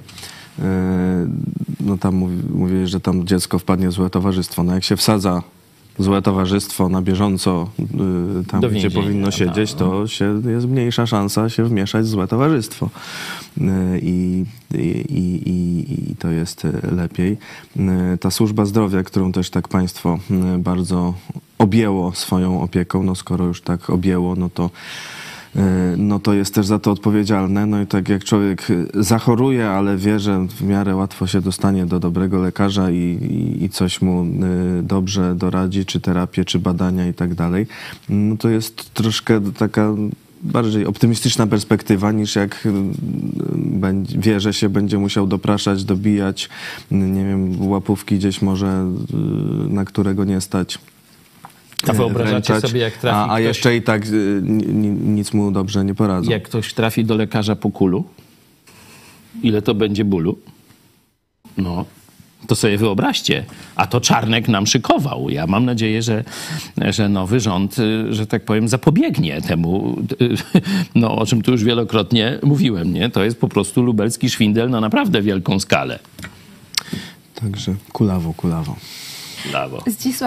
Speaker 3: no tam mówiłeś, że tam dziecko wpadnie w złe towarzystwo. No jak się wsadza złe towarzystwo na bieżąco tam, gdzie powinno siedzieć, to jest mniejsza szansa się wmieszać w złe towarzystwo. I to jest lepiej. Ta służba zdrowia, którą też tak państwo bardzo objęło swoją opieką, no skoro już tak objęło, no to jest też za to odpowiedzialne. No i tak jak człowiek zachoruje, ale wie, że w miarę łatwo się dostanie do dobrego lekarza i coś mu dobrze doradzi, czy terapię, czy badania i tak dalej, no to jest troszkę taka bardziej optymistyczna perspektywa niż jak wie, że się będzie musiał dopraszać, dobijać, nie wiem, łapówki gdzieś może, na którego nie stać.
Speaker 2: A wyobrażacie sobie, jak trafi
Speaker 3: a jeszcze i tak nic mu dobrze nie poradzą.
Speaker 2: Jak ktoś trafi do lekarza po kulu, ile to będzie bólu? No, To sobie wyobraźcie. A to Czarnek nam szykował. Ja mam nadzieję, że nowy rząd, że tak powiem, zapobiegnie temu, no, o czym tu już wielokrotnie mówiłem. Nie? To jest po prostu lubelski szwindel na naprawdę wielką skalę.
Speaker 3: Także kulawo.
Speaker 2: Brawo.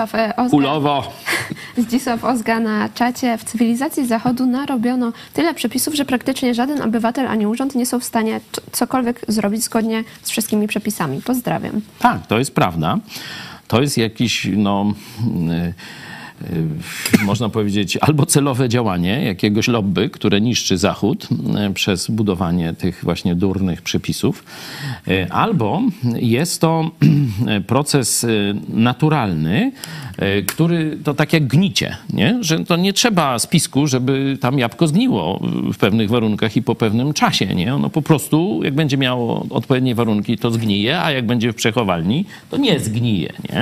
Speaker 1: Zdzisław Ozga na czacie. W cywilizacji Zachodu narobiono tyle przepisów, że praktycznie żaden obywatel ani urząd nie są w stanie cokolwiek zrobić zgodnie z wszystkimi przepisami. Pozdrawiam.
Speaker 2: Tak, to jest prawda. To jest jakiś, można powiedzieć, albo celowe działanie jakiegoś lobby, które niszczy Zachód przez budowanie tych właśnie durnych przepisów, albo jest to proces naturalny, który to tak jak gnicie, nie? Że to nie trzeba spisku, żeby tam jabłko zgniło w pewnych warunkach i po pewnym czasie. Nie? Ono po prostu, jak będzie miało odpowiednie warunki, to zgnije, a jak będzie w przechowalni, to nie zgnije. Nie?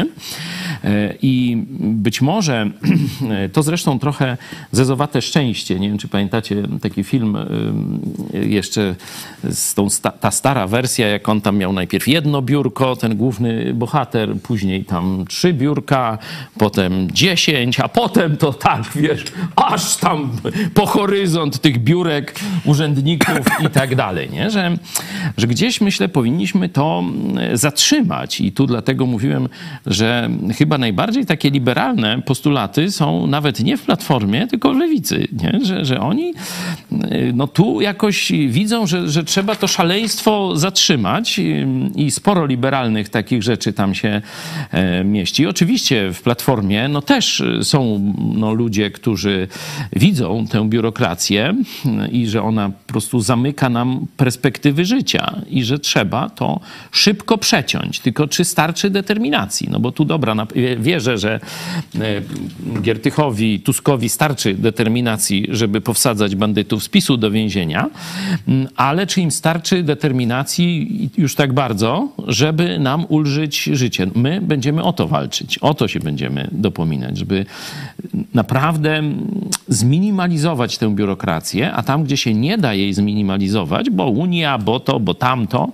Speaker 2: I być może to zresztą trochę zezowate szczęście. Nie wiem, czy pamiętacie taki film jeszcze z ta stara wersja, jak on tam miał najpierw jedno biurko, ten główny bohater, później tam 3 biurka, potem 10, a potem to tak, wiesz, aż tam po horyzont tych biurek, urzędników i tak dalej, nie? Że gdzieś, myślę, powinniśmy to zatrzymać i tu dlatego mówiłem, że chyba najbardziej takie liberalne postulaty są nawet nie w Platformie, tylko w Lewicy, nie? Że oni no tu jakoś widzą, że trzeba to szaleństwo zatrzymać i sporo liberalnych takich rzeczy tam się mieści. Oczywiście w Platformie no też są ludzie, którzy widzą tę biurokrację i że ona po prostu zamyka nam perspektywy życia i że trzeba to szybko przeciąć. Tylko czy starczy determinacji? No bo tu dobra, wierzę, że Giertychowi, Tuskowi starczy determinacji, żeby powsadzać bandytów z PiS-u do więzienia, ale czy im starczy determinacji już tak bardzo, żeby nam ulżyć życie? My będziemy o to walczyć, o to się będziemy dopominać, żeby naprawdę zminimalizować tę biurokrację, a tam, gdzie się nie da jej zminimalizować, bo Unia, bo to, bo tamto,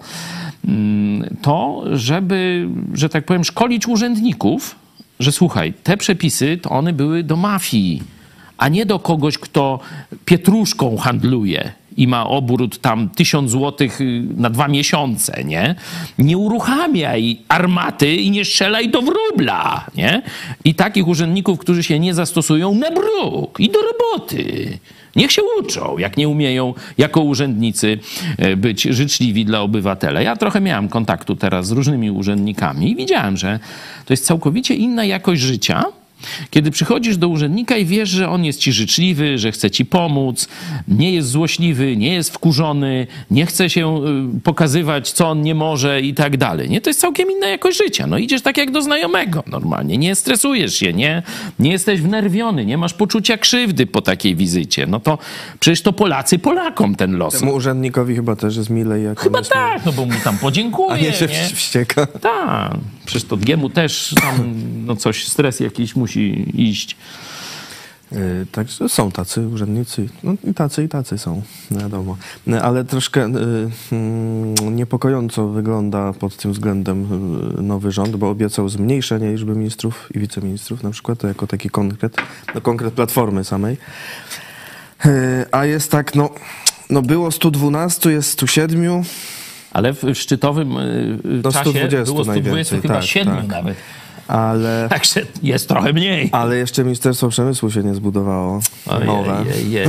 Speaker 2: to żeby, że tak powiem, szkolić urzędników, że słuchaj, te przepisy to one były do mafii, a nie do kogoś, kto pietruszką handluje i ma obrót tam 1000 złotych na 2 miesiące, nie? Nie uruchamiaj armaty i nie strzelaj do wróbla, nie? I takich urzędników, którzy się nie zastosują, na bruk i do roboty. Niech się uczą, jak nie umieją jako urzędnicy być życzliwi dla obywatela. Ja trochę miałem kontaktu teraz z różnymi urzędnikami i widziałem, że to jest całkowicie inna jakość życia, kiedy przychodzisz do urzędnika i wiesz, że on jest ci życzliwy, że chce ci pomóc, nie jest złośliwy, nie jest wkurzony, nie chce się pokazywać, co on nie może i tak dalej. Nie? To jest całkiem inna jakość życia. No idziesz tak jak do znajomego normalnie, nie stresujesz się, nie jesteś wnerwiony, nie masz poczucia krzywdy po takiej wizycie. No to przecież to Polacy Polakom ten los.
Speaker 3: Temu urzędnikowi chyba też jest milej. Jak
Speaker 2: chyba tak, no bo mu tam podziękuję.
Speaker 3: A nie się wścieka.
Speaker 2: Tak, przecież to jemu też tam no coś, stres jakiś musi iść.
Speaker 3: Także są tacy urzędnicy, no i tacy są, wiadomo. Ale troszkę niepokojąco wygląda pod tym względem nowy rząd, bo obiecał zmniejszenie liczby ministrów i wiceministrów na przykład, to jako taki konkret Platformy samej. A jest tak, no było 112, jest 107.
Speaker 2: Ale w szczytowym czasie
Speaker 3: 120
Speaker 2: było 120, chyba
Speaker 3: tak,
Speaker 2: 7
Speaker 3: tak.
Speaker 2: nawet.
Speaker 3: Ale,
Speaker 2: Także jest trochę mniej.
Speaker 3: Ale jeszcze Ministerstwo Przemysłu się nie zbudowało. Nowe.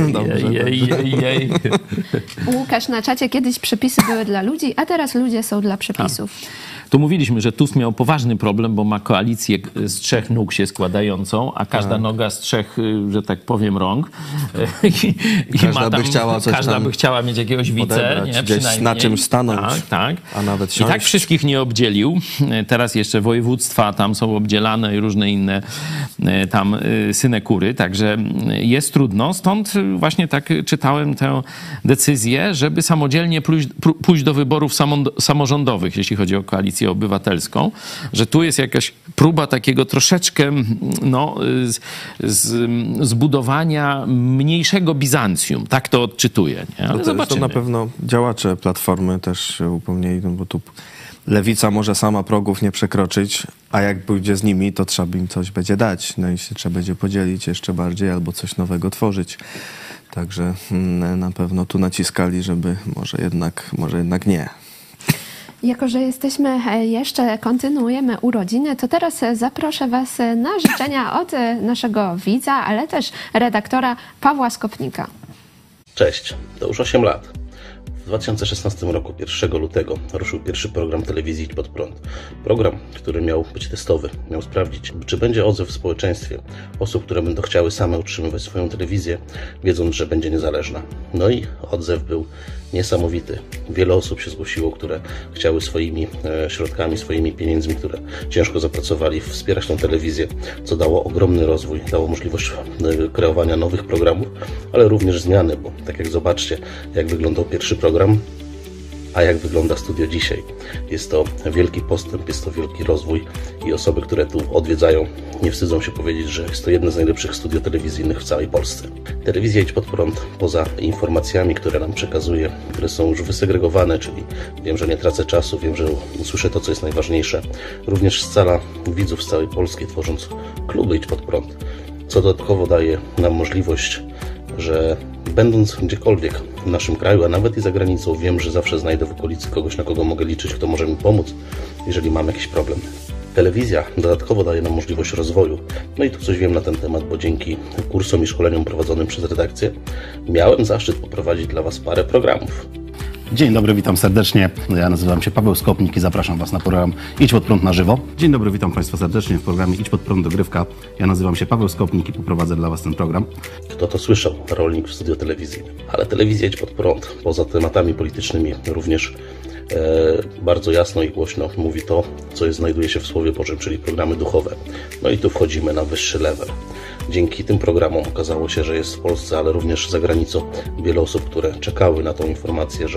Speaker 1: Łukasz na czacie, kiedyś przepisy były dla ludzi, a teraz ludzie są dla przepisów.
Speaker 2: Tu mówiliśmy, że Tusk miał poważny problem, bo ma koalicję z 3 nóg się składającą, a każda noga z 3, że tak powiem, rąk. Każda by chciała mieć jakiegoś wice, nie? Przynajmniej.
Speaker 3: Na czymś stanąć,
Speaker 2: tak.
Speaker 3: A nawet siąść.
Speaker 2: I tak wszystkich nie obdzielił. Teraz jeszcze województwa tam są obdzielane i różne inne tam synekury, także jest trudno. Stąd właśnie tak czytałem tę decyzję, żeby samodzielnie pójść do wyborów samorządowych, jeśli chodzi o koalicję obywatelską, że tu jest jakaś próba takiego troszeczkę zbudowania mniejszego Bizancjum. Tak to odczytuję. Nie? Ale zobaczymy.
Speaker 3: To na pewno działacze Platformy też się upomnieli, no bo tu lewica może sama progów nie przekroczyć, a jak pójdzie z nimi, to trzeba im coś będzie dać. No i się trzeba będzie podzielić jeszcze bardziej albo coś nowego tworzyć. Także na pewno tu naciskali, żeby może jednak nie.
Speaker 1: Jako że kontynuujemy urodziny, to teraz zaproszę Was na życzenia od naszego widza, ale też redaktora Pawła Skopnika.
Speaker 5: Cześć, to już 8 lat. W 2016 roku, 1 lutego, ruszył pierwszy program telewizji Idź Pod Prąd. Program, który miał być testowy, miał sprawdzić, czy będzie odzew w społeczeństwie osób, które będą chciały same utrzymywać swoją telewizję, wiedząc, że będzie niezależna. No i odzew był niesamowity. Wiele osób się zgłosiło, które chciały swoimi środkami, swoimi pieniędzmi, które ciężko zapracowali, wspierać tę telewizję, co dało ogromny rozwój, dało możliwość kreowania nowych programów, ale również zmiany, bo tak jak zobaczcie, jak wyglądał pierwszy program, a jak wygląda studio dzisiaj. Jest to wielki postęp, jest to wielki rozwój i osoby, które tu odwiedzają, nie wstydzą się powiedzieć, że jest to jedno z najlepszych studio telewizyjnych w całej Polsce. Telewizja Idź Pod Prąd, poza informacjami, które nam przekazuje, które są już wysegregowane, czyli wiem, że nie tracę czasu, wiem, że usłyszę to, co jest najważniejsze, również scala widzów z całej Polski, tworząc kluby Idź Pod Prąd, co dodatkowo daje nam możliwość, że będąc gdziekolwiek w naszym kraju, a nawet i za granicą, wiem, że zawsze znajdę w okolicy kogoś, na kogo mogę liczyć, kto może mi pomóc, jeżeli mam jakiś problem. Telewizja dodatkowo daje nam możliwość rozwoju. No i tu coś wiem na ten temat, bo dzięki kursom i szkoleniom prowadzonym przez redakcję miałem zaszczyt poprowadzić dla Was parę programów.
Speaker 6: Dzień dobry, witam serdecznie. Ja nazywam się Paweł Skopnik i zapraszam Was na program Idź Pod Prąd na żywo. Dzień dobry, witam Państwa serdecznie w programie Idź Pod Prąd dogrywka. Ja nazywam się Paweł Skopnik i poprowadzę dla Was ten program.
Speaker 5: Kto to słyszał? Rolnik w studio telewizyjnym. Ale telewizja Idź Pod Prąd, poza tematami politycznymi, również bardzo jasno i głośno mówi to, co znajduje się w Słowie Bożym, czyli programy duchowe. No i tu wchodzimy na wyższy level. Dzięki tym programom okazało się, że jest w Polsce, ale również za granicą wiele osób, które czekały na tą informację,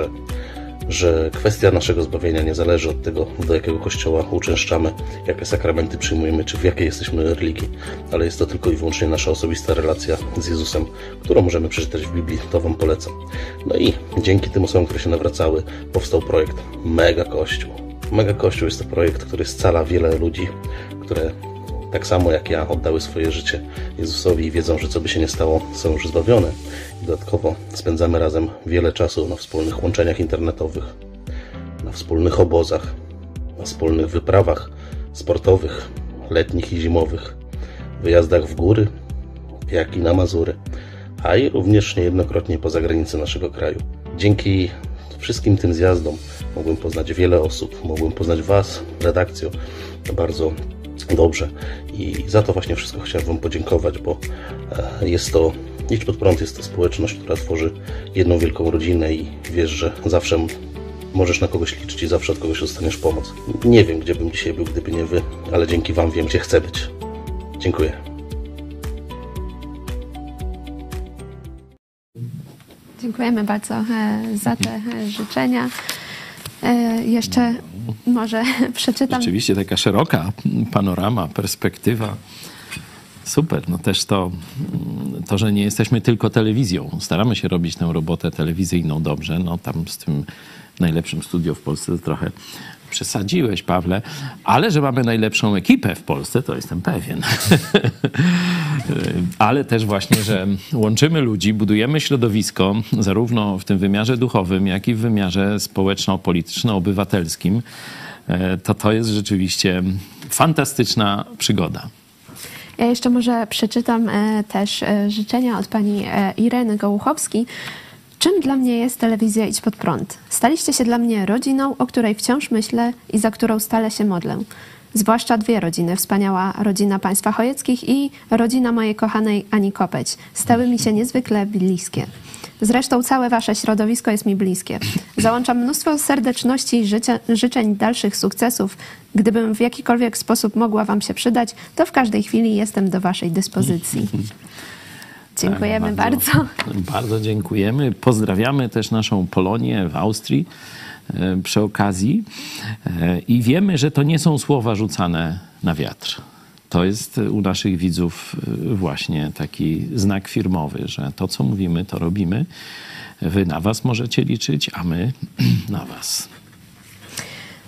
Speaker 5: że kwestia naszego zbawienia nie zależy od tego, do jakiego kościoła uczęszczamy, jakie sakramenty przyjmujemy, czy w jakiej jesteśmy religii, ale jest to tylko i wyłącznie nasza osobista relacja z Jezusem, którą możemy przeczytać w Biblii, to Wam polecam. No i dzięki tym osobom, które się nawracały, powstał projekt Mega Kościół. Mega Kościół jest to projekt, który scala wiele ludzi, które tak samo jak ja oddały swoje życie Jezusowi i wiedzą, że co by się nie stało, są już zbawione. I dodatkowo spędzamy razem wiele czasu na wspólnych łączeniach internetowych, na wspólnych obozach, na wspólnych wyprawach sportowych, letnich i zimowych, wyjazdach w góry, jak i na Mazury, a i również niejednokrotnie poza granice naszego kraju. Dzięki wszystkim tym zjazdom mogłem poznać wiele osób, mogłem poznać Was, redakcję, bardzo dobrze i za to właśnie wszystko chciałem Wam podziękować, bo jest to, Idź Pod Prąd jest to społeczność, która tworzy jedną wielką rodzinę i wiesz, że zawsze możesz na kogoś liczyć i zawsze od kogoś dostaniesz pomoc. Nie wiem, gdzie bym dzisiaj był, gdyby nie Wy, ale dzięki Wam wiem, gdzie chcę być. Dziękuję.
Speaker 1: Dziękujemy bardzo za te życzenia. Jeszcze może przeczytam.
Speaker 2: Rzeczywiście taka szeroka panorama, perspektywa. Super. No też to, że nie jesteśmy tylko telewizją. Staramy się robić tę robotę telewizyjną dobrze. No tam z tym najlepszym studio w Polsce to trochę przesadziłeś, Pawle. Ale że mamy najlepszą ekipę w Polsce, to jestem pewien. Ale też właśnie, że łączymy ludzi, budujemy środowisko, zarówno w tym wymiarze duchowym, jak i w wymiarze społeczno-polityczno-obywatelskim. To jest rzeczywiście fantastyczna przygoda.
Speaker 1: Ja jeszcze może przeczytam też życzenia od pani Ireny Gołuchowskiej. Czym dla mnie jest telewizja Idź Pod Prąd? Staliście się dla mnie rodziną, o której wciąż myślę i za którą stale się modlę. Zwłaszcza dwie rodziny, wspaniała rodzina państwa Chojeckich i rodzina mojej kochanej Ani Kopeć. Stały mi się niezwykle bliskie. Zresztą całe wasze środowisko jest mi bliskie. Załączam mnóstwo serdeczności i życzeń dalszych sukcesów. Gdybym w jakikolwiek sposób mogła wam się przydać, to w każdej chwili jestem do waszej dyspozycji. Dziękujemy bardzo.
Speaker 2: Bardzo dziękujemy. Pozdrawiamy też naszą Polonię w Austrii przy okazji. I wiemy, że to nie są słowa rzucane na wiatr. To jest u naszych widzów właśnie taki znak firmowy, że to, co mówimy, to robimy. Wy na was możecie liczyć, a my na was.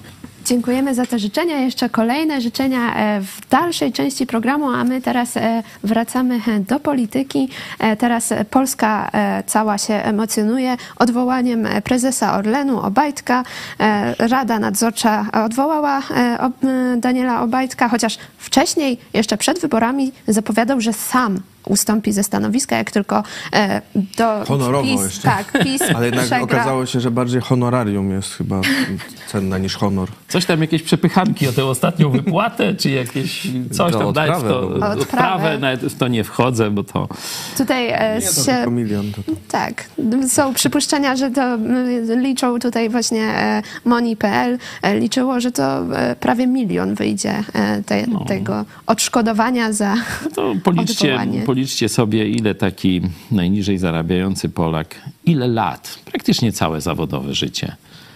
Speaker 1: Dziękujemy za te życzenia. Jeszcze kolejne życzenia w dalszej części programu, a my teraz wracamy do polityki. Teraz Polska cała się emocjonuje odwołaniem prezesa Orlenu Obajtka. Rada nadzorcza odwołała Daniela Obajtka, chociaż wcześniej, jeszcze przed wyborami, zapowiadał, że sam ustąpi ze stanowiska, jak tylko
Speaker 3: honorowo
Speaker 1: PiS,
Speaker 3: jeszcze.
Speaker 1: tak, PiS
Speaker 3: Ale jednak
Speaker 1: przegra.
Speaker 3: okazało się, że bardziej honorarium jest chyba cenna niż honor.
Speaker 2: Coś tam, jakieś przepychanki o tę ostatnią wypłatę, czy jakieś coś tam, nawet w to, odprawę, nawet w to nie wchodzę, bo to...
Speaker 1: Tutaj
Speaker 3: Tylko milion. To.
Speaker 1: Tak, są przypuszczenia, że to liczą tutaj właśnie Money.pl liczyło, że to prawie 1 milion wyjdzie tego odszkodowania za
Speaker 2: to
Speaker 1: odwołanie.
Speaker 2: policzcie sobie, ile taki najniżej zarabiający Polak, ile lat, praktycznie całe zawodowe życie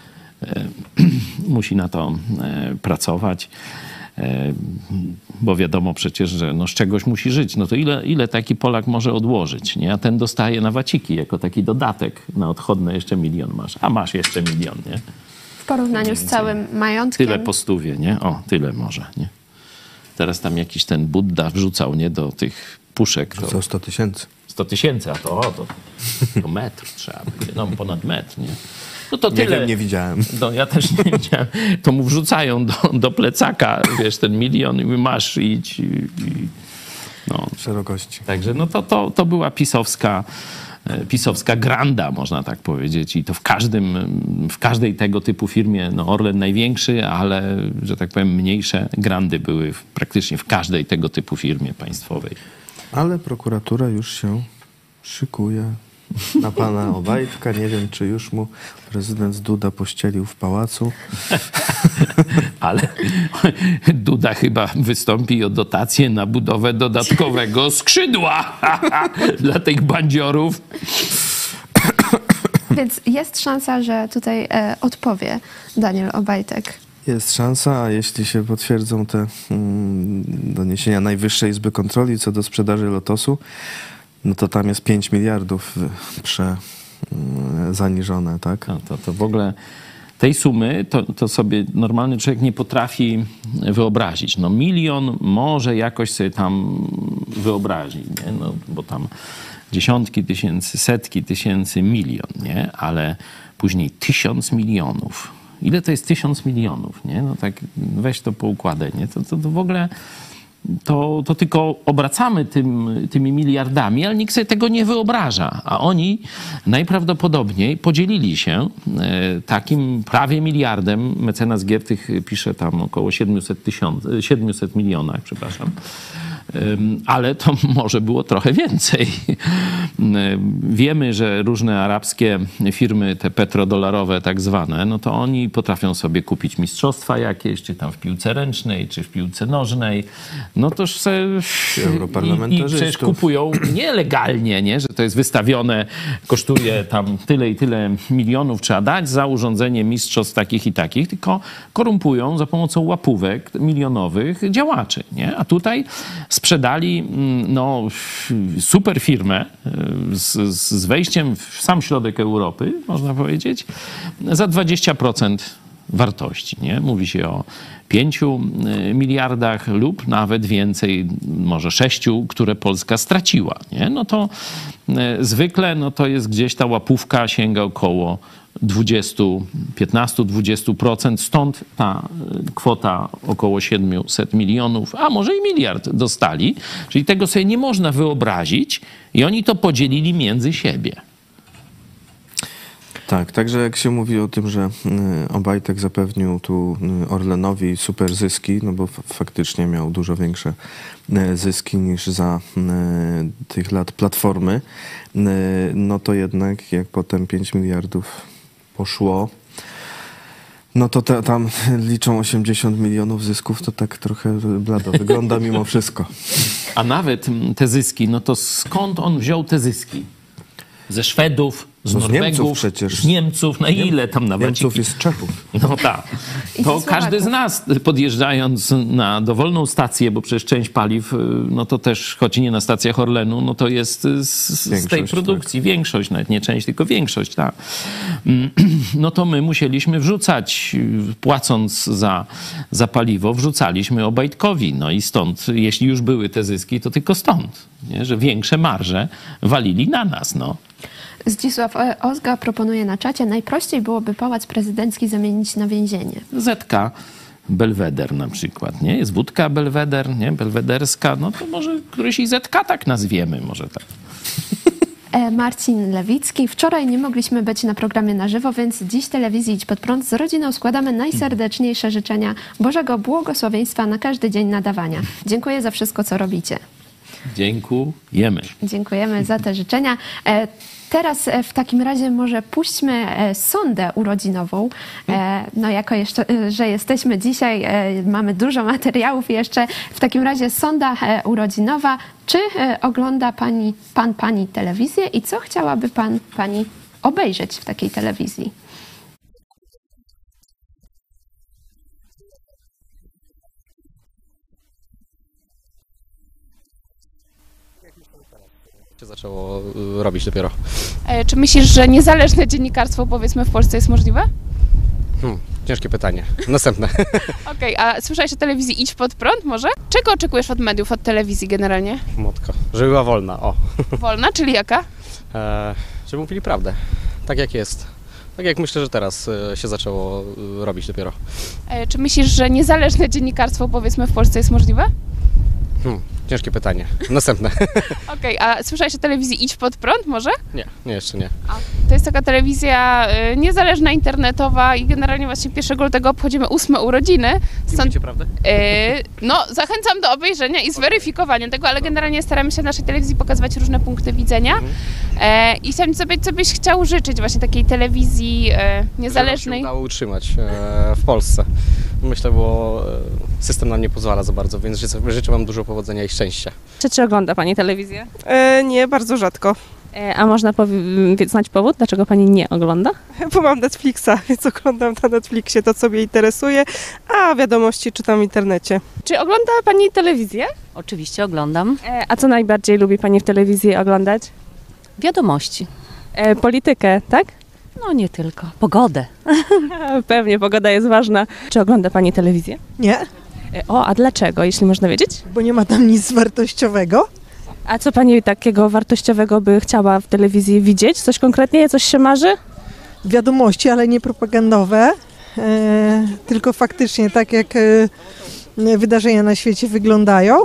Speaker 2: musi na to pracować, bo wiadomo przecież, że no z czegoś musi żyć. No to ile taki Polak może odłożyć, nie? A ten dostaje na waciki jako taki dodatek na odchodne, jeszcze 1 milion masz, a masz jeszcze 1 milion, nie?
Speaker 1: W porównaniu z całym majątkiem.
Speaker 2: Tyle po 100, nie? O, tyle może, nie? Teraz tam jakiś ten Budda wrzucał, nie? Do tych puszek.
Speaker 3: To 100 000.
Speaker 2: 100 000, a to metr trzeba będzie, no ponad metr, nie? No to
Speaker 3: Nie
Speaker 2: tyle.
Speaker 3: wiem, nie widziałem.
Speaker 2: No, ja też nie widziałem. To mu wrzucają do plecaka, wiesz, ten 1 milion i masz idź. No.
Speaker 3: Szerokości.
Speaker 2: Także no to była pisowska granda, można tak powiedzieć. I to w każdej tego typu firmie, no Orlen największy, ale, że tak powiem, mniejsze grandy były praktycznie w każdej tego typu firmie państwowej.
Speaker 3: Ale prokuratura już się szykuje na pana Obajtka. Nie wiem, czy już mu prezydent Duda pościelił w pałacu.
Speaker 2: Ale Duda chyba wystąpi o dotację na budowę dodatkowego skrzydła dla tych bandziorów.
Speaker 1: Więc jest szansa, że tutaj odpowie Daniel Obajtek.
Speaker 3: Jest szansa, a jeśli się potwierdzą te doniesienia Najwyższej Izby Kontroli co do sprzedaży Lotosu, no to tam jest 5 miliardów zaniżone, tak?
Speaker 2: No to w ogóle tej sumy to sobie normalny człowiek nie potrafi wyobrazić. No 1 milion może jakoś sobie tam wyobrazi, nie? No, bo tam dziesiątki tysięcy, setki tysięcy, 1 milion, nie? Ale później 1000 milionów. Ile to jest 1000 milionów, nie? No tak weź to poukładaj, nie? To w ogóle... To tylko obracamy tymi miliardami, ale nikt sobie tego nie wyobraża. A oni najprawdopodobniej podzielili się takim prawie miliardem. Mecenas Giertych pisze tam około 700 milionach, przepraszam. Ale to może było trochę więcej. Wiemy, że różne arabskie firmy, te petrodolarowe tak zwane, no to oni potrafią sobie kupić mistrzostwa jakieś, czy tam w piłce ręcznej, czy w piłce nożnej. No toż i przecież kupują nielegalnie, nie? Że to jest wystawione, kosztuje tam tyle i tyle milionów trzeba dać za urządzenie mistrzostw takich i takich, tylko korumpują za pomocą łapówek milionowych działaczy, nie? A tutaj sprzedali no, super firmę z wejściem w sam środek Europy, można powiedzieć, za 20% wartości. Nie? Mówi się o 5 miliardach lub nawet więcej, może 6, które Polska straciła. Nie? No to zwykle no to jest gdzieś ta łapówka sięga około 15-20%, stąd ta kwota około 700 milionów, a może i 1 miliard dostali. Czyli tego sobie nie można wyobrazić i oni to podzielili między siebie.
Speaker 3: Tak, także jak się mówi o tym, że Obajtek zapewnił tu Orlenowi super zyski, no bo faktycznie miał dużo większe zyski niż za tych lat Platformy, no to jednak jak potem 5 miliardów poszło, no to tam liczą 80 milionów zysków, to tak trochę blado wygląda mimo wszystko.
Speaker 2: A nawet te zyski, no to skąd on wziął te zyski? Ze Szwedów, z
Speaker 3: No z
Speaker 2: Norwegów,
Speaker 3: Niemców przecież.
Speaker 2: z Niemców, na ile tam nawet.
Speaker 3: Niemców jest z Czechów.
Speaker 2: No tak.
Speaker 1: I
Speaker 2: To
Speaker 1: ze
Speaker 2: każdy z
Speaker 1: Słowaków.
Speaker 2: nas podjeżdżając na dowolną stację, bo przecież część paliw, no to też, choć nie na stacjach Orlenu, no to jest z tej
Speaker 3: Większość,
Speaker 2: produkcji. Większość, nawet nie część, tylko większość, tak. No to my musieliśmy wrzucać, płacąc za paliwo, wrzucaliśmy Obajtkowi. No i stąd, jeśli już były te zyski, to tylko stąd, nie? Że większe marże walili na nas, no.
Speaker 1: Zdzisław Ozga proponuje na czacie, najprościej byłoby Pałac Prezydencki zamienić na więzienie.
Speaker 2: Zetka Belweder na przykład, nie? Jest wódka Belweder, nie? Belwederska, no to może któryś i Zetka tak nazwiemy, może tak.
Speaker 1: Marcin Lewicki. Wczoraj nie mogliśmy być na programie na żywo, więc dziś telewizji Idź Pod Prąd z rodziną składamy najserdeczniejsze życzenia Bożego błogosławieństwa na każdy dzień nadawania. Dziękuję za wszystko, co robicie.
Speaker 2: Dziękujemy.
Speaker 1: Dziękujemy za te życzenia. Teraz w takim razie może puśćmy sondę urodzinową. No jako jeszcze, że jesteśmy dzisiaj, mamy dużo materiałów jeszcze. W takim razie sonda urodzinowa. Czy ogląda pani telewizję i co chciałaby pani obejrzeć w takiej telewizji?
Speaker 7: Się zaczęło robić dopiero.
Speaker 8: Czy myślisz, że niezależne dziennikarstwo, powiedzmy, w Polsce jest możliwe?
Speaker 7: Ciężkie pytanie. Następne.
Speaker 8: Okej, a słyszałeś o telewizji Idź Pod Prąd może? Czego oczekujesz od mediów, od telewizji generalnie?
Speaker 7: Motko. Żeby była wolna, o.
Speaker 8: Wolna, czyli jaka?
Speaker 7: Żeby mówili prawdę. Tak jak jest. Tak jak myślę, że teraz się zaczęło robić dopiero.
Speaker 8: Czy myślisz, że niezależne dziennikarstwo, powiedzmy, w Polsce jest możliwe?
Speaker 7: Ciężkie pytanie. Następne.
Speaker 8: Okej, a słyszałeś o telewizji Idź Pod Prąd może?
Speaker 7: Nie, jeszcze nie.
Speaker 8: To jest taka telewizja niezależna, internetowa i generalnie właśnie 1 lutego obchodzimy 8 urodziny.
Speaker 7: Mówicie prawdę?
Speaker 8: No, zachęcam do obejrzenia i zweryfikowania tego, ale generalnie staramy się w naszej telewizji pokazywać różne punkty widzenia. I chciałam zapytać, co byś chciał życzyć właśnie takiej telewizji niezależnej?
Speaker 7: Żeby nam się udało utrzymać w Polsce. Myślę, bo system nam nie pozwala za bardzo, więc życzę Wam dużo powodzenia i szczęścia.
Speaker 8: Czy ogląda Pani telewizję?
Speaker 9: Nie, bardzo rzadko,
Speaker 8: A można znać powód, dlaczego Pani nie ogląda?
Speaker 9: bo mam Netflixa, więc oglądam na Netflixie to, co mnie interesuje, a wiadomości czytam w internecie.
Speaker 8: Czy ogląda Pani telewizję?
Speaker 10: Oczywiście oglądam.
Speaker 8: A co najbardziej lubi Pani w telewizji oglądać?
Speaker 10: Wiadomości.
Speaker 8: Politykę, tak?
Speaker 10: No nie tylko. Pogodę.
Speaker 8: Pewnie, pogoda jest ważna. Czy ogląda Pani telewizję?
Speaker 9: Nie,
Speaker 8: A dlaczego, jeśli można wiedzieć?
Speaker 9: bo nie ma tam nic wartościowego.
Speaker 8: A co Pani takiego wartościowego by chciała w telewizji widzieć? Coś konkretnie? Coś się marzy?
Speaker 9: Wiadomości, ale nie propagandowe, tylko faktycznie tak, jak wydarzenia na świecie wyglądają.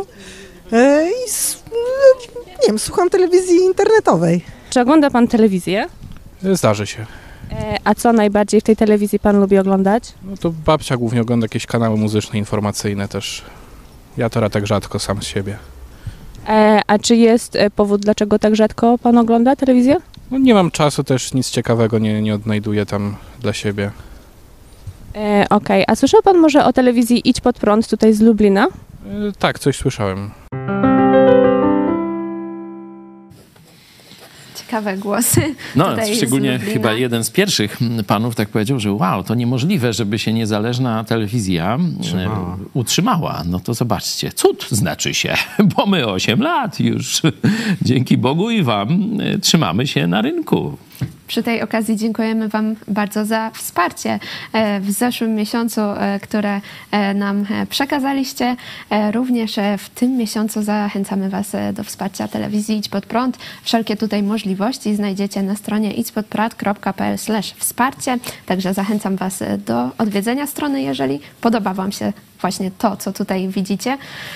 Speaker 9: Nie wiem, słucham telewizji internetowej.
Speaker 8: Czy ogląda Pan telewizję?
Speaker 11: Zdarzy się.
Speaker 8: A co najbardziej w tej telewizji Pan lubi oglądać?
Speaker 11: No to babcia głównie ogląda jakieś kanały muzyczne, informacyjne też. Ja to tak rzadko sam z siebie.
Speaker 8: A czy jest powód, dlaczego tak rzadko Pan ogląda telewizję?
Speaker 11: No nie mam czasu też, nic ciekawego nie odnajduję tam dla siebie.
Speaker 8: Okej, a słyszał Pan może o telewizji Idź Pod Prąd tutaj z Lublina?
Speaker 11: Tak, coś słyszałem.
Speaker 1: Ciekawe głosy.
Speaker 2: No,
Speaker 1: tutaj
Speaker 2: szczególnie
Speaker 1: z Lublina.
Speaker 2: chyba jeden z pierwszych panów tak powiedział, że wow, to niemożliwe, żeby się niezależna telewizja utrzymała. No to zobaczcie, cud znaczy się, bo my 8 lat już dzięki Bogu i wam trzymamy się na rynku.
Speaker 1: Przy tej okazji dziękujemy Wam bardzo za wsparcie w zeszłym miesiącu, które nam przekazaliście. Również w tym miesiącu zachęcamy Was do wsparcia telewizji Idź Pod Prąd. Wszelkie tutaj możliwości znajdziecie na stronie idźpodprad.pl/wsparcie. Także zachęcam Was do odwiedzenia strony, jeżeli podoba Wam się właśnie to, co tutaj widzicie.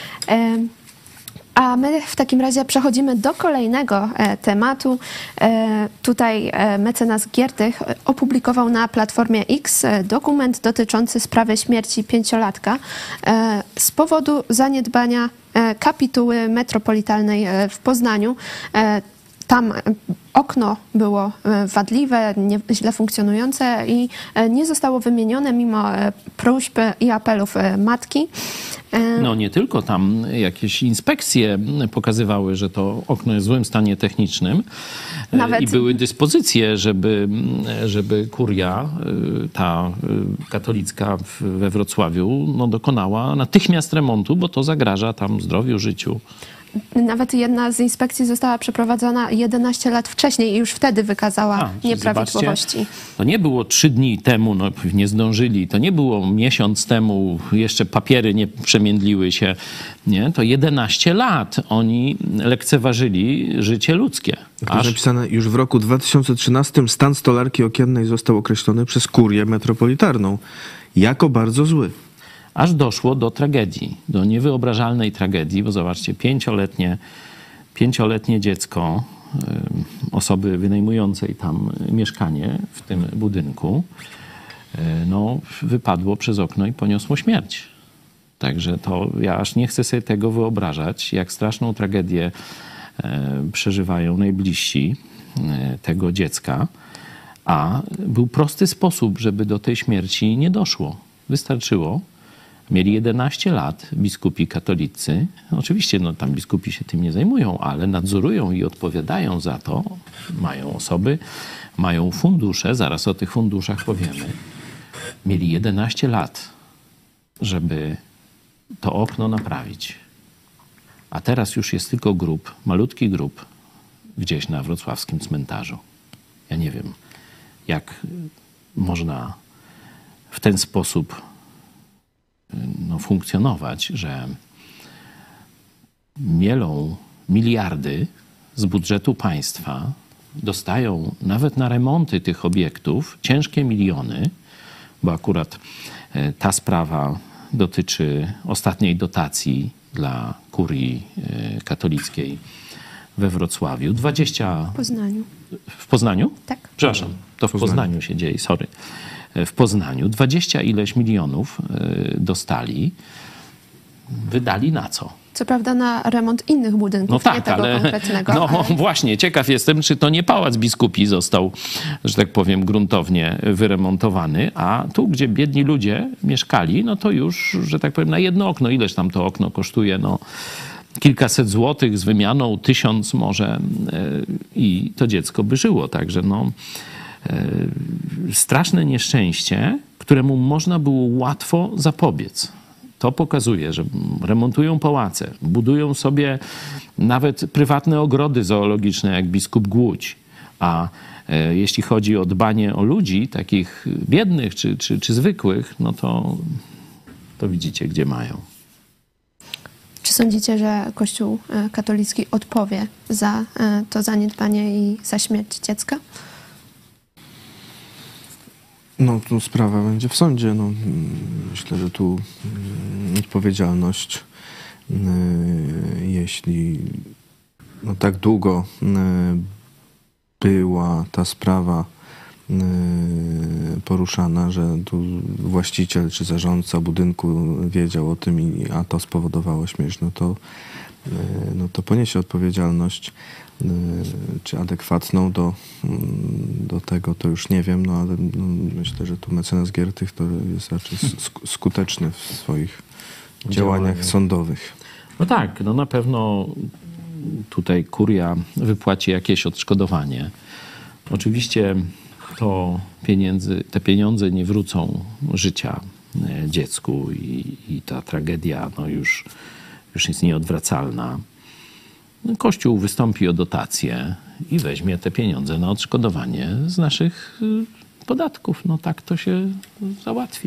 Speaker 1: A my w takim razie przechodzimy do kolejnego tematu. Tutaj mecenas Giertych opublikował na Platformie X dokument dotyczący sprawy śmierci 5-latka z powodu zaniedbania kapituły metropolitalnej w Poznaniu. Tam okno było wadliwe, źle funkcjonujące i nie zostało wymienione mimo próśb i apelów matki.
Speaker 2: No nie tylko tam jakieś inspekcje pokazywały, że to okno jest w złym stanie technicznym i były dyspozycje, żeby kuria ta katolicka we Wrocławiu dokonała natychmiast remontu, bo to zagraża tam zdrowiu, życiu.
Speaker 1: Nawet jedna z inspekcji została przeprowadzona 11 lat wcześniej i już wtedy wykazała nieprawidłowości.
Speaker 2: Zobaczcie, to nie było 3 dni temu, no nie zdążyli, to nie było miesiąc temu, jeszcze papiery nie przemiędliły się, nie? To 11 lat oni lekceważyli życie ludzkie.
Speaker 3: To jest napisane, już w roku 2013 stan stolarki okiennej został określony przez kurię metropolitarną jako bardzo zły.
Speaker 2: Aż doszło do tragedii, do niewyobrażalnej tragedii, bo zobaczcie, 5-letnie dziecko osoby wynajmującej tam mieszkanie w tym budynku, no, wypadło przez okno i poniosło śmierć. Także to ja aż nie chcę sobie tego wyobrażać, jak straszną tragedię przeżywają najbliżsi tego dziecka, a był prosty sposób, żeby do tej śmierci nie doszło. Wystarczyło. Mieli 11 lat biskupi katolicy. Oczywiście tam biskupi się tym nie zajmują, ale nadzorują i odpowiadają za to. Mają osoby, mają fundusze, zaraz o tych funduszach powiemy. Mieli 11 lat, żeby to okno naprawić. A teraz już jest tylko grób, malutki grób gdzieś na wrocławskim cmentarzu. Ja nie wiem, jak można w ten sposób funkcjonować, że mielą miliardy z budżetu państwa, dostają nawet na remonty tych obiektów ciężkie miliony, bo akurat ta sprawa dotyczy ostatniej dotacji dla kurii katolickiej we Wrocławiu.
Speaker 1: W Poznaniu.
Speaker 2: W Poznaniu?
Speaker 1: Tak.
Speaker 2: Przepraszam, to w Poznaniu się dzieje, sorry. W Poznaniu 20 ileś milionów dostali. Wydali na co?
Speaker 1: Co prawda na remont innych budynków,
Speaker 2: no tak,
Speaker 1: nie tego
Speaker 2: ale,
Speaker 1: konkretnego.
Speaker 2: No właśnie, ciekaw jestem, czy to nie Pałac Biskupi został, że tak powiem, gruntownie wyremontowany, a tu, gdzie biedni ludzie mieszkali, no to już, że tak powiem, na jedno okno, ileż tam to okno kosztuje, no kilkaset złotych z wymianą, 1000 może i to dziecko by żyło, także no straszne nieszczęście, któremu można było łatwo zapobiec. To pokazuje, że remontują pałace, budują sobie nawet prywatne ogrody zoologiczne, jak biskup Głódź. A jeśli chodzi o dbanie o ludzi, takich biednych czy zwykłych, no to widzicie, gdzie mają.
Speaker 1: Czy sądzicie, że Kościół katolicki odpowie za to zaniedbanie i za śmierć dziecka?
Speaker 3: No, tu sprawa będzie w sądzie. No, myślę, że tu odpowiedzialność, jeśli tak długo była ta sprawa poruszana, że tu właściciel czy zarządca budynku wiedział o tym, a to spowodowało śmierć, no to poniesie odpowiedzialność. Czy adekwatną do tego, to już nie wiem, no ale myślę, że tu mecenas Giertych to jest raczej skuteczny w swoich działaniach sądowych.
Speaker 2: No tak, no na pewno tutaj kuria wypłaci jakieś odszkodowanie. Oczywiście te pieniądze nie wrócą życia dziecku i ta tragedia no już jest nieodwracalna. Kościół wystąpi o dotację i weźmie te pieniądze na odszkodowanie z naszych podatków. No tak to się załatwi.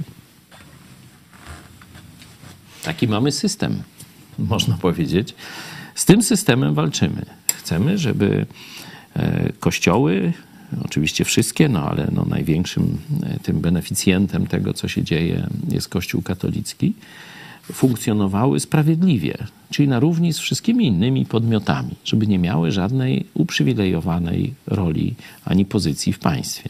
Speaker 2: Taki mamy system, można powiedzieć. Z tym systemem walczymy. Chcemy, żeby kościoły, oczywiście wszystkie, no ale no największym tym beneficjentem tego, co się dzieje, jest Kościół katolicki, funkcjonowały sprawiedliwie, czyli na równi z wszystkimi innymi podmiotami, żeby nie miały żadnej uprzywilejowanej roli ani pozycji w państwie.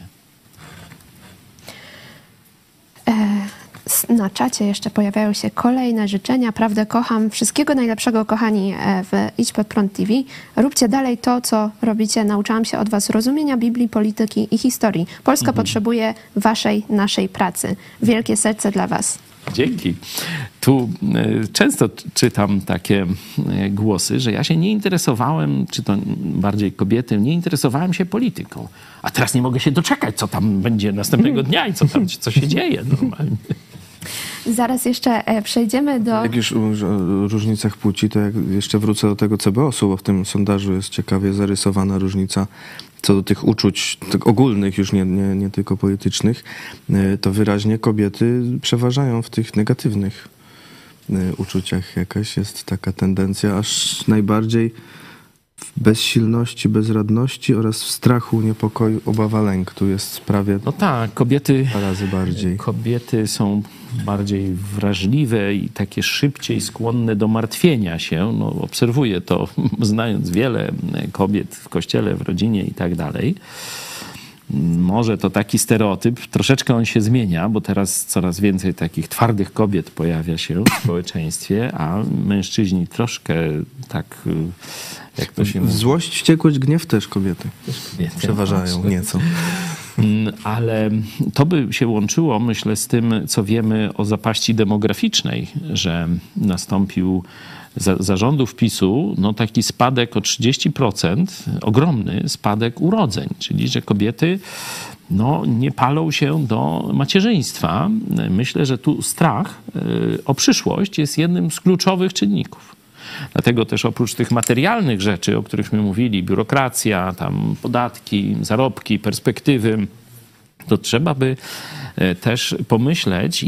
Speaker 1: Na czacie jeszcze pojawiają się kolejne życzenia. Prawdę kocham. Wszystkiego najlepszego, kochani, w Idź Pod Prąd TV. Róbcie dalej to, co robicie. Nauczyłam się od was rozumienia Biblii, polityki i historii. Polska potrzebuje waszej, naszej pracy. Wielkie serce dla was.
Speaker 2: Dzięki. Tu często czytam takie głosy, że ja się nie interesowałem, czy to bardziej kobiety, nie interesowałem się polityką. A teraz nie mogę się doczekać, co tam będzie następnego dnia i co się dzieje normalnie.
Speaker 1: Zaraz jeszcze przejdziemy do...
Speaker 3: Jak już o różnicach płci, to jak jeszcze wrócę do tego CBOS-u, bo w tym sondażu jest ciekawie zarysowana różnica co do tych uczuć tych ogólnych, już nie tylko politycznych, to wyraźnie kobiety przeważają w tych negatywnych uczuciach. Jakaś jest taka tendencja, aż najbardziej w bezsilności, bezradności oraz w strachu, niepokoju, obawa, lęk. Tu jest prawie
Speaker 2: no tak, kobiety
Speaker 3: 2 razy bardziej.
Speaker 2: Kobiety są bardziej wrażliwe i takie szybciej skłonne do martwienia się. No, obserwuję to, znając wiele kobiet w kościele, w rodzinie i tak dalej. Może to taki stereotyp, troszeczkę on się zmienia, bo teraz coraz więcej takich twardych kobiet pojawia się w społeczeństwie, a mężczyźni troszkę tak, jak to się mówi.
Speaker 3: Złość, wściekłość, gniew też kobiety przeważają nieco.
Speaker 2: Ale to by się łączyło, myślę, z tym, co wiemy o zapaści demograficznej, że nastąpił za rządów PiS-u taki spadek o 30%, ogromny spadek urodzeń, czyli że kobiety nie palą się do macierzyństwa. Myślę, że tu strach o przyszłość jest jednym z kluczowych czynników. Dlatego też oprócz tych materialnych rzeczy, o którychśmy mówili, biurokracja, tam podatki, zarobki, perspektywy, to trzeba by też pomyśleć,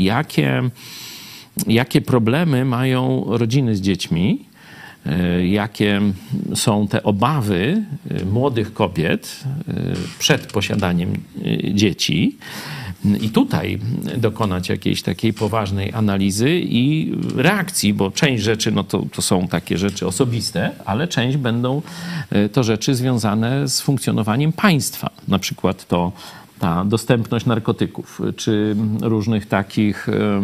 Speaker 2: jakie problemy mają rodziny z dziećmi, jakie są te obawy młodych kobiet przed posiadaniem dzieci. I tutaj dokonać jakiejś takiej poważnej analizy i reakcji, bo część rzeczy to są takie rzeczy osobiste, ale część będą to rzeczy związane z funkcjonowaniem państwa. Na przykład ta dostępność narkotyków, czy różnych takich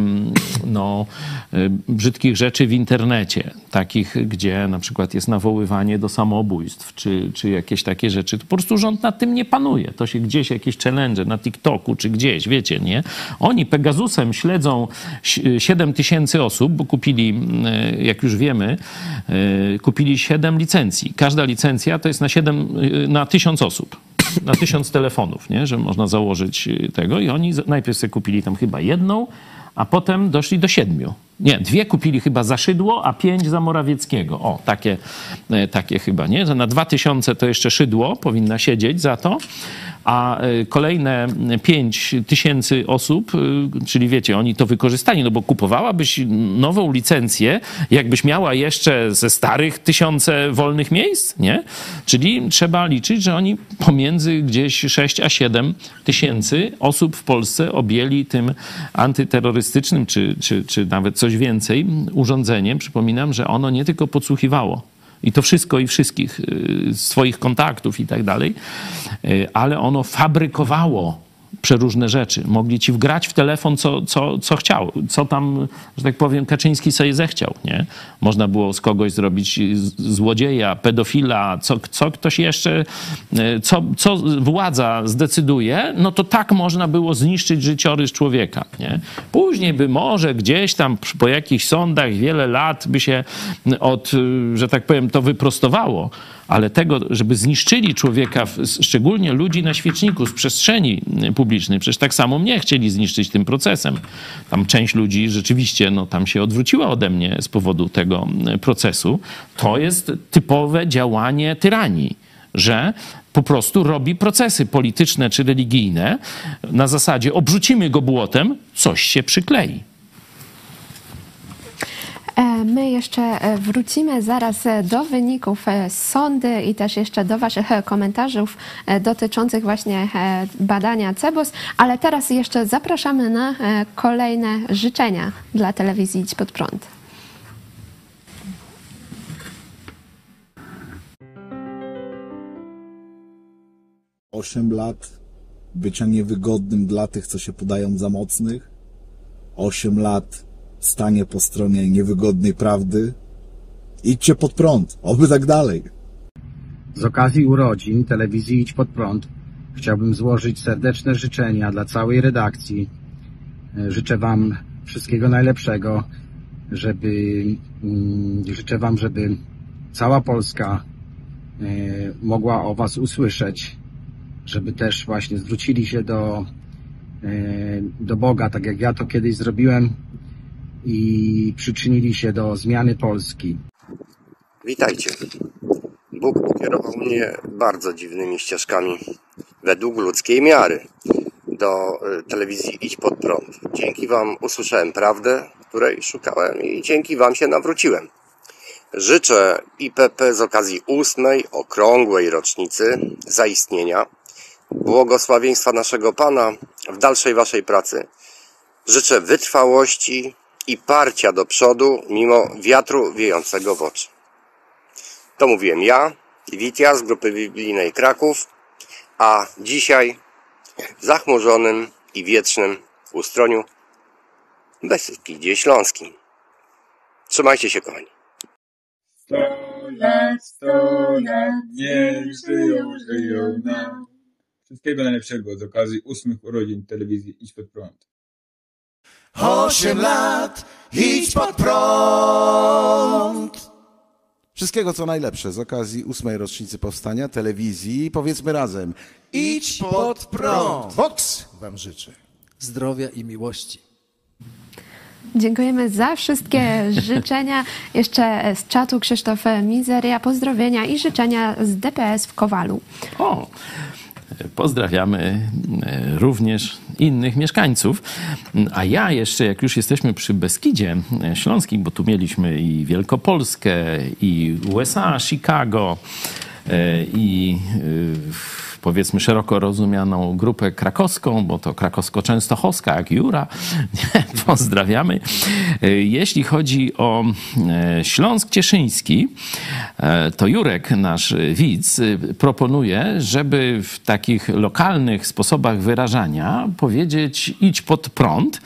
Speaker 2: brzydkich rzeczy w internecie, takich, gdzie na przykład jest nawoływanie do samobójstw, czy jakieś takie rzeczy. To po prostu rząd nad tym nie panuje. To się gdzieś jakieś challenge na TikToku, czy gdzieś, wiecie, nie? Oni Pegasusem śledzą 7 000 osób, bo kupili, jak już wiemy, kupili 7 licencji. Każda licencja to jest na 1000 osób. Na 1000 telefonów, nie? Że można założyć tego. I oni najpierw sobie kupili tam chyba 1, a potem doszli do 7. Nie, 2 kupili chyba za Szydło, a 5 za Morawieckiego. O, takie chyba, nie? Że na 2000 to jeszcze Szydło powinna siedzieć za to, a kolejne 5 000 osób, czyli wiecie, oni to wykorzystali, bo kupowałabyś nową licencję, jakbyś miała jeszcze ze starych 1000 wolnych miejsc, nie? Czyli trzeba liczyć, że oni pomiędzy gdzieś 6 a 7 000 osób w Polsce objęli tym antyterrorystycznym, czy nawet coś więcej, urządzeniem. Przypominam, że ono nie tylko podsłuchiwało, i to wszystko i wszystkich swoich kontaktów i tak dalej, ale ono fabrykowało przeróżne rzeczy. Mogli ci wgrać w telefon, co chciał, co tam, że tak powiem, Kaczyński sobie zechciał, nie? Można było z kogoś zrobić złodzieja, pedofila, co ktoś jeszcze, co władza zdecyduje, to tak można było zniszczyć życiorys człowieka, nie? Później by może gdzieś tam po jakichś sądach wiele lat by się że tak powiem, to wyprostowało, ale tego, żeby zniszczyli człowieka, szczególnie ludzi na świeczniku z przestrzeni publicznej, przecież tak samo mnie chcieli zniszczyć tym procesem. Tam część ludzi rzeczywiście, tam się odwróciła ode mnie z powodu tego procesu. To jest typowe działanie tyranii, że po prostu robi procesy polityczne czy religijne na zasadzie obrzucimy go błotem, coś się przyklei.
Speaker 1: My jeszcze wrócimy zaraz do wyników sądy i też jeszcze do waszych komentarzów dotyczących właśnie badania CBOS, ale teraz jeszcze zapraszamy na kolejne życzenia dla telewizji Idź Pod Prąd.
Speaker 12: Osiem lat bycia niewygodnym dla tych, co się podają za mocnych. 8 lat stanie po stronie niewygodnej prawdy. Idźcie pod prąd, oby tak dalej.
Speaker 13: Z okazji urodzin telewizji Idź Pod Prąd chciałbym złożyć serdeczne życzenia dla całej redakcji. Życzę wam wszystkiego najlepszego, życzę Wam, żeby cała Polska mogła o Was usłyszeć, żeby też właśnie zwrócili się do Boga, tak jak ja to kiedyś zrobiłem i przyczynili się do zmiany Polski.
Speaker 14: Witajcie. Bóg pokierował mnie bardzo dziwnymi ścieżkami według ludzkiej miary do telewizji Idź Pod Prąd. Dzięki Wam usłyszałem prawdę, której szukałem i dzięki Wam się nawróciłem. Życzę IPP z okazji 8. okrągłej rocznicy zaistnienia, błogosławieństwa naszego Pana w dalszej Waszej pracy. Życzę wytrwałości i parcia do przodu mimo wiatru wiejącego w oczy. To mówiłem ja, Witia z grupy biblijnej Kraków, a dzisiaj w zachmurzonym i wiecznym Ustroniu, Beskidzie Śląskim. Trzymajcie się, kochani.
Speaker 15: 100 lat, niech żyją nam. Wszystkiego najlepszego z okazji 8 urodzin telewizji Idź Pod Prąd.
Speaker 16: 8 lat, idź pod prąd! Wszystkiego co najlepsze z okazji 8. rocznicy powstania telewizji. Powiedzmy razem: idź pod prąd! Vox Wam życzy
Speaker 17: zdrowia i miłości.
Speaker 1: Dziękujemy za wszystkie życzenia. Jeszcze z czatu Krzysztof Mizeria, pozdrowienia i życzenia z DPS w Kowalu.
Speaker 2: O, pozdrawiamy również innych mieszkańców. A ja jeszcze, jak już jesteśmy przy Beskidzie Śląskim, bo tu mieliśmy i Wielkopolskę, i USA, Chicago, i powiedzmy szeroko rozumianą grupę krakowską, bo to krakowsko-częstochowska, jak Jura. Pozdrawiamy. Jeśli chodzi o Śląsk Cieszyński, to Jurek, nasz widz, proponuje, żeby w takich lokalnych sposobach wyrażania powiedzieć idź pod prąd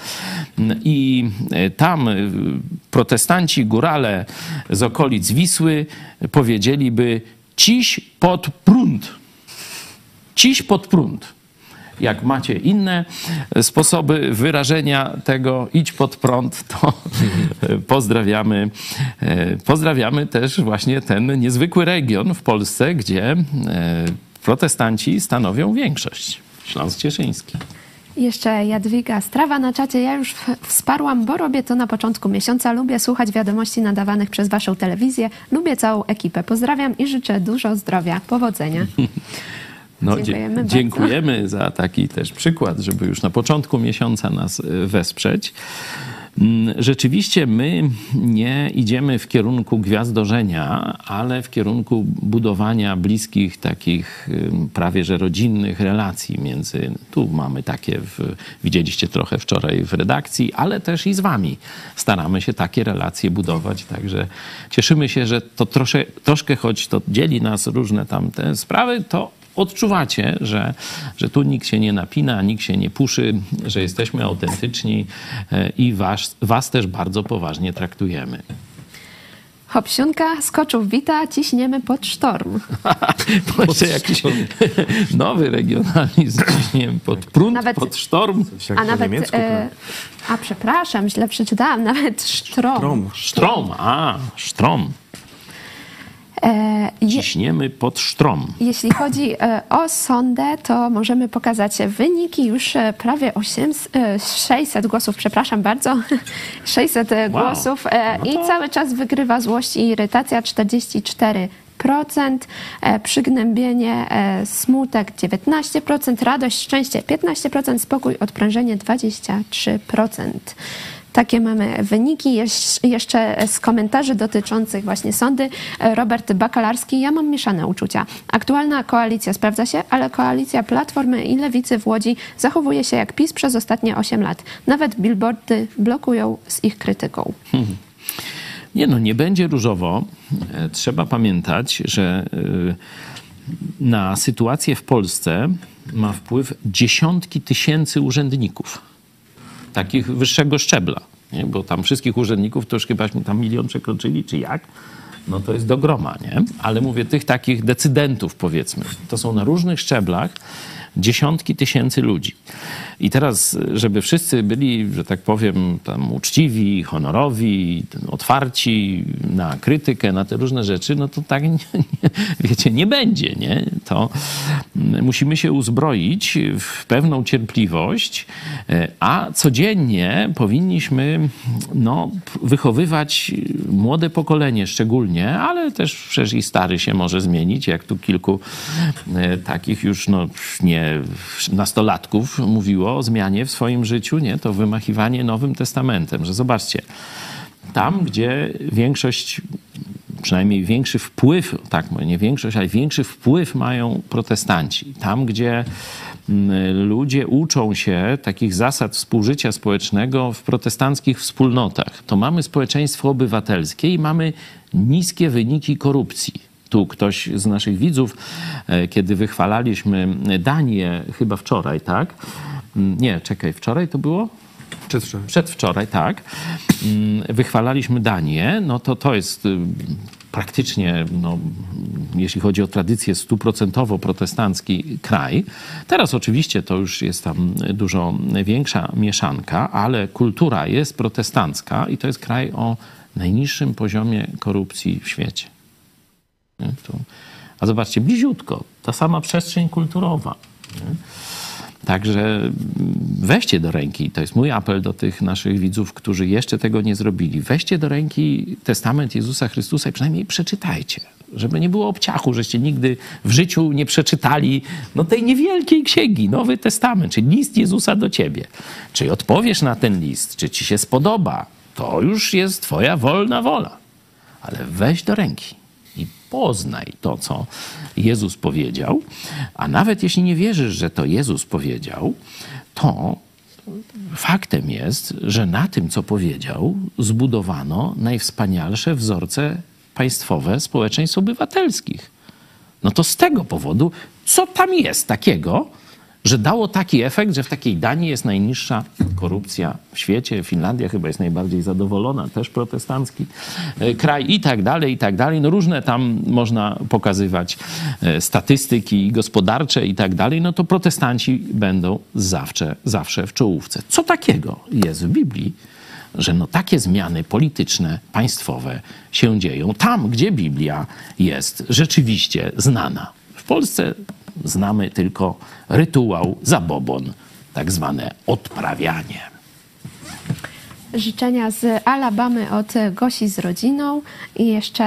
Speaker 2: i tam protestanci, górale z okolic Wisły powiedzieliby ciś pod prąd. Ciś pod prąd. Jak macie inne sposoby wyrażenia tego idź pod prąd, to pozdrawiamy. Pozdrawiamy też właśnie ten niezwykły region w Polsce, gdzie protestanci stanowią większość. Śląsk Cieszyński.
Speaker 1: Jeszcze Jadwiga Strawa na czacie. Ja już wsparłam, bo robię to na początku miesiąca. Lubię słuchać wiadomości nadawanych przez Waszą telewizję. Lubię całą ekipę. Pozdrawiam i życzę dużo zdrowia. Powodzenia.
Speaker 2: No, dziękujemy za taki też przykład, żeby już na początku miesiąca nas wesprzeć. Rzeczywiście my nie idziemy w kierunku gwiazdorzenia, ale w kierunku budowania bliskich, takich prawie że rodzinnych relacji między, tu mamy takie, widzieliście trochę wczoraj w redakcji, ale też i z wami staramy się takie relacje budować, także cieszymy się, że to troszkę, choć to dzieli nas różne tam te sprawy, to odczuwacie, że tu nikt się nie napina, nikt się nie puszy, że jesteśmy autentyczni i was też bardzo poważnie traktujemy.
Speaker 1: Hopsiunka Skoczów wita, ciśniemy pod sztorm.
Speaker 2: To jeszcze jakiś nowy regionalizm, ciśniemy pod prąd, nawet, pod sztorm.
Speaker 1: A nawet, przepraszam, źle przeczytałam, nawet sztrom.
Speaker 2: Sztrom, sztrom. Ciśniemy pod sztrom.
Speaker 1: Jeśli chodzi o sondę, to możemy pokazać wyniki. Już prawie 600 głosów, przepraszam bardzo, 600 głosów i cały czas wygrywa złość i irytacja 44%, przygnębienie, smutek 19%, radość, szczęście 15%, spokój, odprężenie 23%. Takie mamy wyniki. Jeszcze z komentarzy dotyczących właśnie sądy. Robert Bakalarski. Ja mam mieszane uczucia. Aktualna koalicja sprawdza się, ale koalicja Platformy i Lewicy w Łodzi zachowuje się jak PiS przez ostatnie 8 lat. Nawet billboardy blokują z ich krytyką.
Speaker 2: Nie będzie różowo. Trzeba pamiętać, że na sytuację w Polsce ma wpływ dziesiątki tysięcy urzędników. Takich wyższego szczebla. nie? Bo tam wszystkich urzędników to już chyba tam 1 000 000 przekroczyli, czy jak? No to jest do groma, nie? Ale mówię, tych takich decydentów, powiedzmy, to są na różnych szczeblach dziesiątki tysięcy ludzi. I teraz, żeby wszyscy byli, że tak powiem, tam uczciwi, honorowi, otwarci na krytykę, na te różne rzeczy, no to tak, wiecie, nie będzie, nie? To musimy się uzbroić w pewną cierpliwość, a codziennie powinniśmy, no, wychowywać młode pokolenie szczególnie, ale też przecież i stary się może zmienić, jak tu kilku takich już, no, nie nastolatków mówiło o zmianie w swoim życiu, nie? To wymachiwanie Nowym Testamentem, że zobaczcie, tam, gdzie większość, przynajmniej większy wpływ, tak, nie większość, ale większy wpływ mają protestanci. Tam, gdzie ludzie uczą się takich zasad współżycia społecznego w protestanckich wspólnotach, to mamy społeczeństwo obywatelskie i mamy niskie wyniki korupcji. Tu ktoś z naszych widzów, kiedy wychwalaliśmy Danię, chyba wczoraj, tak? Nie, czekaj, wczoraj to było? Przedwczoraj, tak. Wychwalaliśmy Danię, no to jest praktycznie, no, jeśli chodzi o tradycję, 100% protestancki kraj. Teraz oczywiście to już jest tam dużo większa mieszanka, ale kultura jest protestancka i to jest kraj o najniższym poziomie korupcji w świecie. A zobaczcie, bliziutko, ta sama przestrzeń kulturowa. Nie? Także weźcie do ręki, to jest mój apel do tych naszych widzów, którzy jeszcze tego nie zrobili, weźcie do ręki Testament Jezusa Chrystusa i przynajmniej przeczytajcie, żeby nie było obciachu, żeście nigdy w życiu nie przeczytali no, tej niewielkiej księgi, Nowy Testament, czyli list Jezusa do ciebie. Czy odpowiesz na ten list, czy ci się spodoba, to już jest twoja wolna wola, ale weź do ręki i poznaj to, co Jezus powiedział, a nawet jeśli nie wierzysz, że to Jezus powiedział, to faktem jest, że na tym, co powiedział, zbudowano najwspanialsze wzorce państwowe społeczeństw obywatelskich. No to z tego powodu, co tam jest takiego, że dało taki efekt, że w takiej Danii jest najniższa korupcja w świecie. Finlandia chyba jest najbardziej zadowolona, też protestancki kraj i tak dalej, i tak dalej. No różne tam można pokazywać statystyki gospodarcze i tak dalej. No to protestanci będą zawsze w czołówce. Co takiego jest w Biblii, że no takie zmiany polityczne, państwowe się dzieją tam, gdzie Biblia jest rzeczywiście znana. W Polsce znamy tylko rytuał, zabobon, tak zwane odprawianie.
Speaker 1: Życzenia z Alabamy od Gosi z rodziną i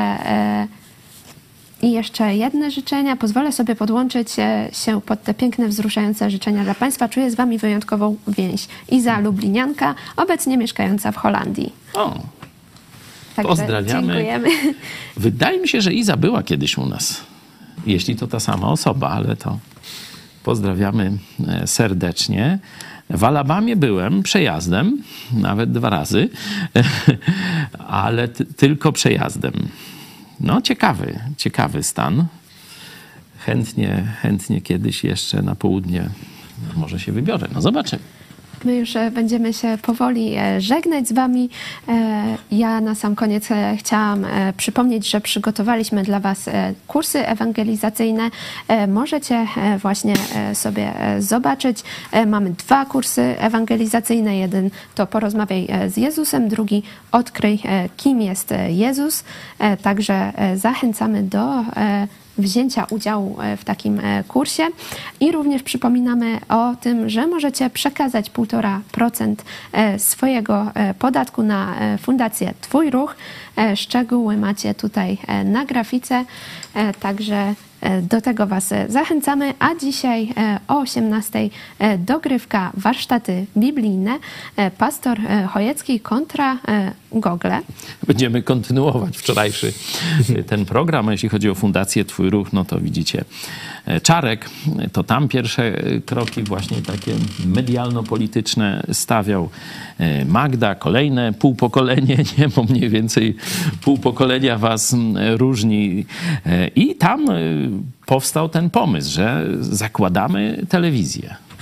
Speaker 1: jeszcze jedne życzenia. Pozwolę sobie podłączyć się pod te piękne, wzruszające życzenia dla Państwa. Czuję z Wami wyjątkową więź. Iza Lublinianka, obecnie mieszkająca w Holandii.
Speaker 2: O,
Speaker 1: także
Speaker 2: pozdrawiamy.
Speaker 1: Dziękujemy.
Speaker 2: Wydaje mi się, że Iza była kiedyś u nas. Jeśli to ta sama osoba, ale to pozdrawiamy serdecznie. W Alabamie byłem przejazdem, nawet 2 razy, ale tylko przejazdem. No ciekawy stan. Chętnie kiedyś jeszcze na południe może się wybiorę. No zobaczymy.
Speaker 1: My już będziemy się powoli żegnać z Wami. Ja na sam koniec chciałam przypomnieć, że przygotowaliśmy dla Was kursy ewangelizacyjne. Możecie właśnie sobie zobaczyć. Mamy 2 kursy ewangelizacyjne. Jeden to Porozmawiaj z Jezusem, drugi Odkryj, kim jest Jezus. Także zachęcamy do wzięcia udziału w takim kursie i również przypominamy o tym, że możecie przekazać 1,5% swojego podatku na Fundację Twój Ruch. Szczegóły macie tutaj na grafice, także do tego Was zachęcamy, a dzisiaj o 18:00 dogrywka warsztaty biblijne, pastor Chojecki kontra Google.
Speaker 2: Będziemy kontynuować wczorajszy ten program. Jeśli chodzi o Fundację Twój Ruch, no to widzicie Czarek, to tam pierwsze kroki właśnie takie medialno-polityczne stawiał. Magda, kolejne półpokolenie, nie, bo mniej więcej pół pokolenia was różni. I tam powstał ten pomysł, że zakładamy telewizję.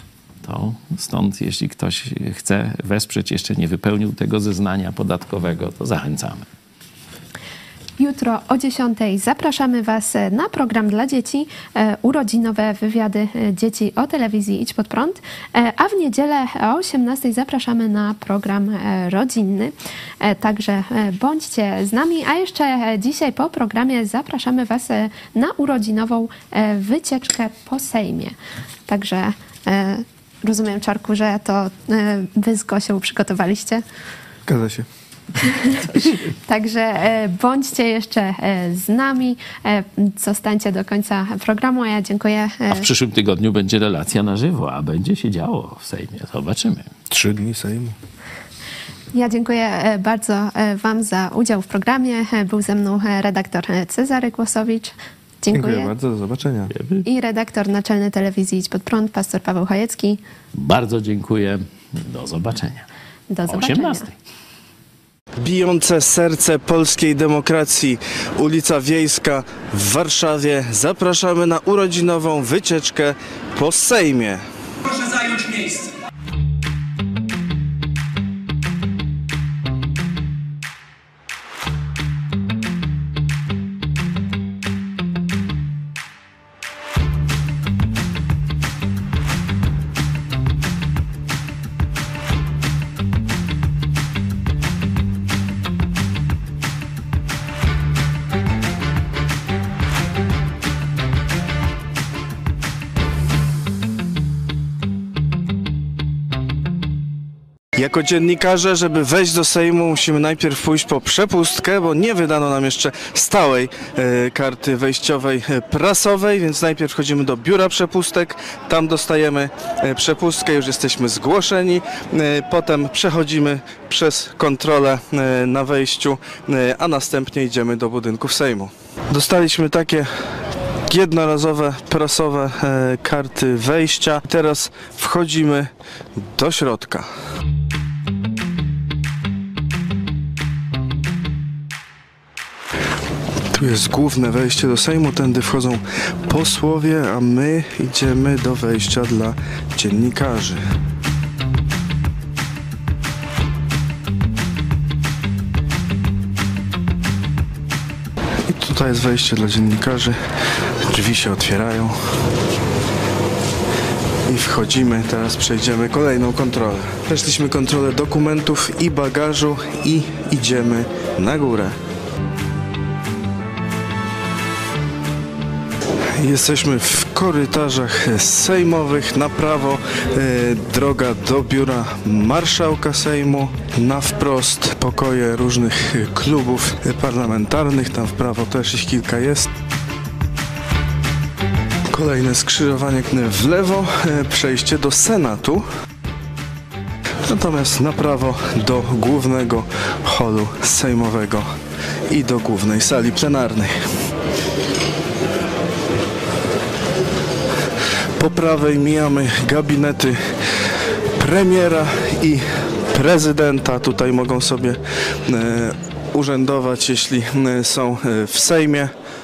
Speaker 2: konto. Stąd jeśli ktoś chce wesprzeć, jeszcze nie wypełnił tego zeznania podatkowego, to zachęcamy.
Speaker 1: Jutro o 10:00 zapraszamy Was na program dla dzieci, urodzinowe wywiady dzieci o telewizji Idź Pod Prąd, a w niedzielę o 18:00 zapraszamy na program rodzinny. Także bądźcie z nami, a jeszcze dzisiaj po programie zapraszamy Was na urodzinową wycieczkę po Sejmie. Także rozumiem, Czarku, że to Wy z Gosią przygotowaliście.
Speaker 3: Zgadza się.
Speaker 1: Także bądźcie jeszcze z nami, zostańcie do końca programu, a ja dziękuję.
Speaker 2: A w przyszłym tygodniu będzie relacja na żywo, a będzie się działo w Sejmie. Zobaczymy.
Speaker 3: 3 dni Sejmu.
Speaker 1: Ja dziękuję bardzo Wam za udział w programie. Był ze mną redaktor Cezary Kłosowicz.
Speaker 3: Dziękuję bardzo, do zobaczenia.
Speaker 1: I redaktor naczelny telewizji Idź Pod Prąd, pastor Paweł Chojecki.
Speaker 2: Bardzo dziękuję. Do zobaczenia.
Speaker 1: Do zobaczenia.
Speaker 2: 18:00.
Speaker 3: Bijące serce polskiej demokracji, ulica Wiejska w Warszawie. Zapraszamy na urodzinową wycieczkę po Sejmie.
Speaker 18: Proszę zająć miejsce.
Speaker 3: Jako dziennikarze, żeby wejść do Sejmu, musimy najpierw pójść po przepustkę, bo nie wydano nam jeszcze stałej karty wejściowej prasowej, więc najpierw wchodzimy do biura przepustek, tam dostajemy przepustkę, już jesteśmy zgłoszeni, potem przechodzimy przez kontrolę na wejściu, a następnie idziemy do budynków Sejmu. Dostaliśmy takie jednorazowe prasowe karty wejścia. Teraz wchodzimy do środka. Tu jest główne wejście do Sejmu, tędy wchodzą posłowie, a my idziemy do wejścia dla dziennikarzy. I tutaj jest wejście dla dziennikarzy, drzwi się otwierają i wchodzimy. Teraz przejdziemy kolejną kontrolę. Przeszliśmy kontrolę dokumentów i bagażu i idziemy na górę. Jesteśmy w korytarzach sejmowych. Na prawo droga do biura marszałka Sejmu. Na wprost pokoje różnych klubów parlamentarnych. Tam w prawo też ich kilka jest. Kolejne skrzyżowanie w lewo. Przejście do Senatu. Natomiast na prawo do głównego holu sejmowego i do głównej sali plenarnej. Po prawej mijamy gabinety premiera i prezydenta. Tutaj mogą sobie urzędować, jeśli są w Sejmie.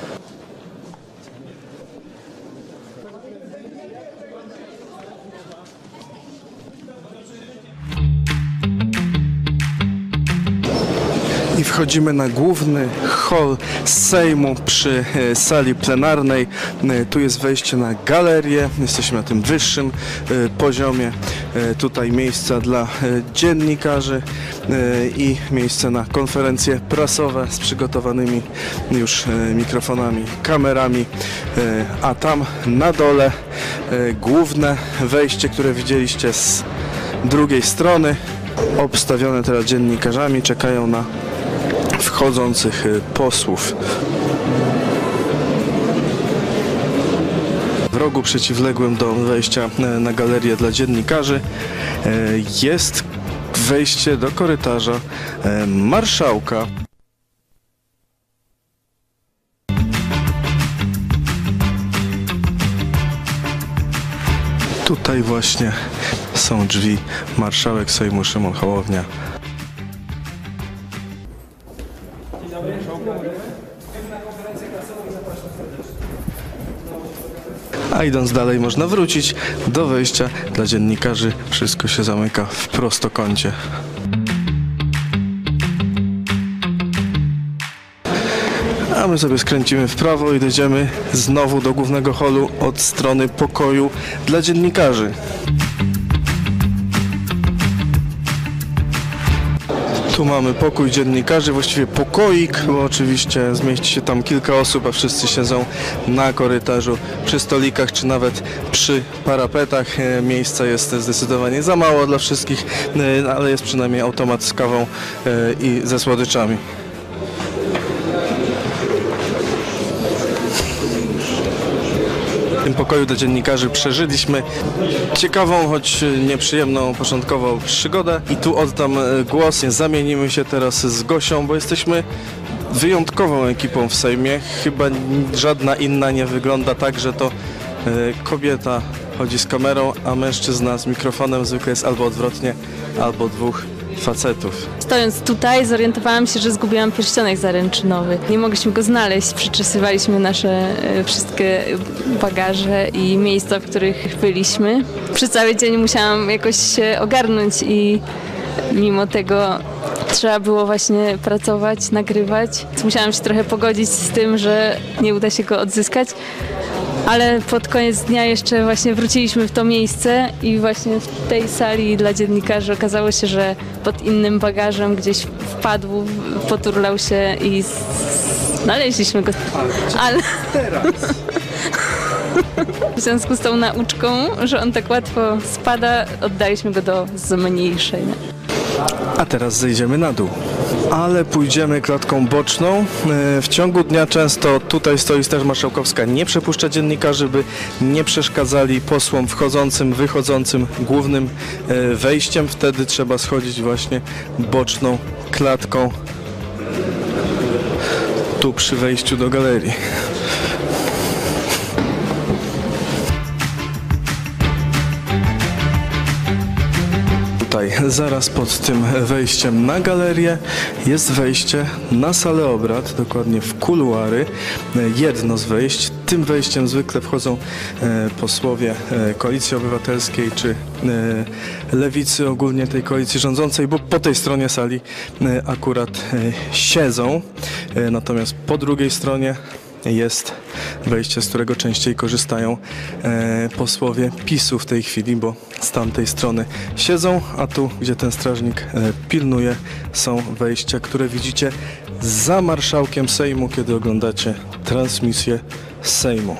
Speaker 3: I wchodzimy na główny hol Sejmu przy sali plenarnej. Tu jest wejście na galerię. Jesteśmy na tym wyższym poziomie. Tutaj miejsca dla dziennikarzy i miejsce na konferencje prasowe z przygotowanymi już mikrofonami, kamerami. A tam na dole główne wejście, które widzieliście z drugiej strony. Obstawione teraz dziennikarzami, czekają na wchodzących posłów. W rogu przeciwległym do wejścia na galerię dla dziennikarzy jest wejście do korytarza marszałka. Tutaj właśnie są drzwi. Marszałek Sejmu Szymon Hołownia. A idąc dalej można wrócić do wejścia. Dla dziennikarzy wszystko się zamyka w prostokącie. A my sobie skręcimy w prawo i dojdziemy znowu do głównego holu od strony pokoju dla dziennikarzy. Tu mamy pokój dziennikarzy, właściwie pokoik, bo oczywiście zmieści się tam kilka osób, a wszyscy siedzą na korytarzu, przy stolikach czy nawet przy parapetach. Miejsca jest zdecydowanie za mało dla wszystkich, ale jest przynajmniej automat z kawą i ze słodyczami. W tym pokoju dla dziennikarzy przeżyliśmy ciekawą, choć nieprzyjemną początkowo przygodę. I tu oddam głos. Zamienimy się teraz z Gosią, bo jesteśmy wyjątkową ekipą w Sejmie. Chyba żadna inna nie wygląda tak, że to kobieta chodzi z kamerą, a mężczyzna z mikrofonem. Zwykle jest albo odwrotnie, albo dwóch facetów.
Speaker 19: Stojąc tutaj, zorientowałam się, że zgubiłam pierścionek zaręczynowy. Nie mogliśmy go znaleźć, przeczesywaliśmy nasze wszystkie bagaże i miejsca, w których byliśmy. Przez cały dzień musiałam jakoś się ogarnąć i mimo tego trzeba było właśnie pracować, nagrywać. Musiałam się trochę pogodzić z tym, że nie uda się go odzyskać. Ale pod koniec dnia jeszcze właśnie wróciliśmy w to miejsce i właśnie w tej sali dla dziennikarzy okazało się, że pod innym bagażem gdzieś wpadł, poturlał się i znaleźliśmy go. Ale
Speaker 3: teraz.
Speaker 19: W związku z tą nauczką, że on tak łatwo spada, oddaliśmy go do zmniejszenia.
Speaker 3: A teraz zejdziemy na dół. Ale pójdziemy klatką boczną. W ciągu dnia często tutaj stoi Straż Marszałkowska, nie przepuszcza dziennikarzy, by nie przeszkadzali posłom wchodzącym, wychodzącym głównym wejściem. Wtedy trzeba schodzić właśnie boczną klatką tu przy wejściu do galerii. Tutaj, zaraz pod tym wejściem na galerię jest wejście na salę obrad, dokładnie w kuluary. Jedno z wejść. Tym wejściem zwykle wchodzą posłowie Koalicji Obywatelskiej czy Lewicy, ogólnie tej koalicji rządzącej, bo po tej stronie sali akurat siedzą. Natomiast po drugiej stronie jest wejście, z którego częściej korzystają posłowie PiS-u w tej chwili, bo z tamtej strony siedzą, a tu, gdzie ten strażnik pilnuje, są wejścia, które widzicie za marszałkiem Sejmu, kiedy oglądacie transmisję z Sejmu.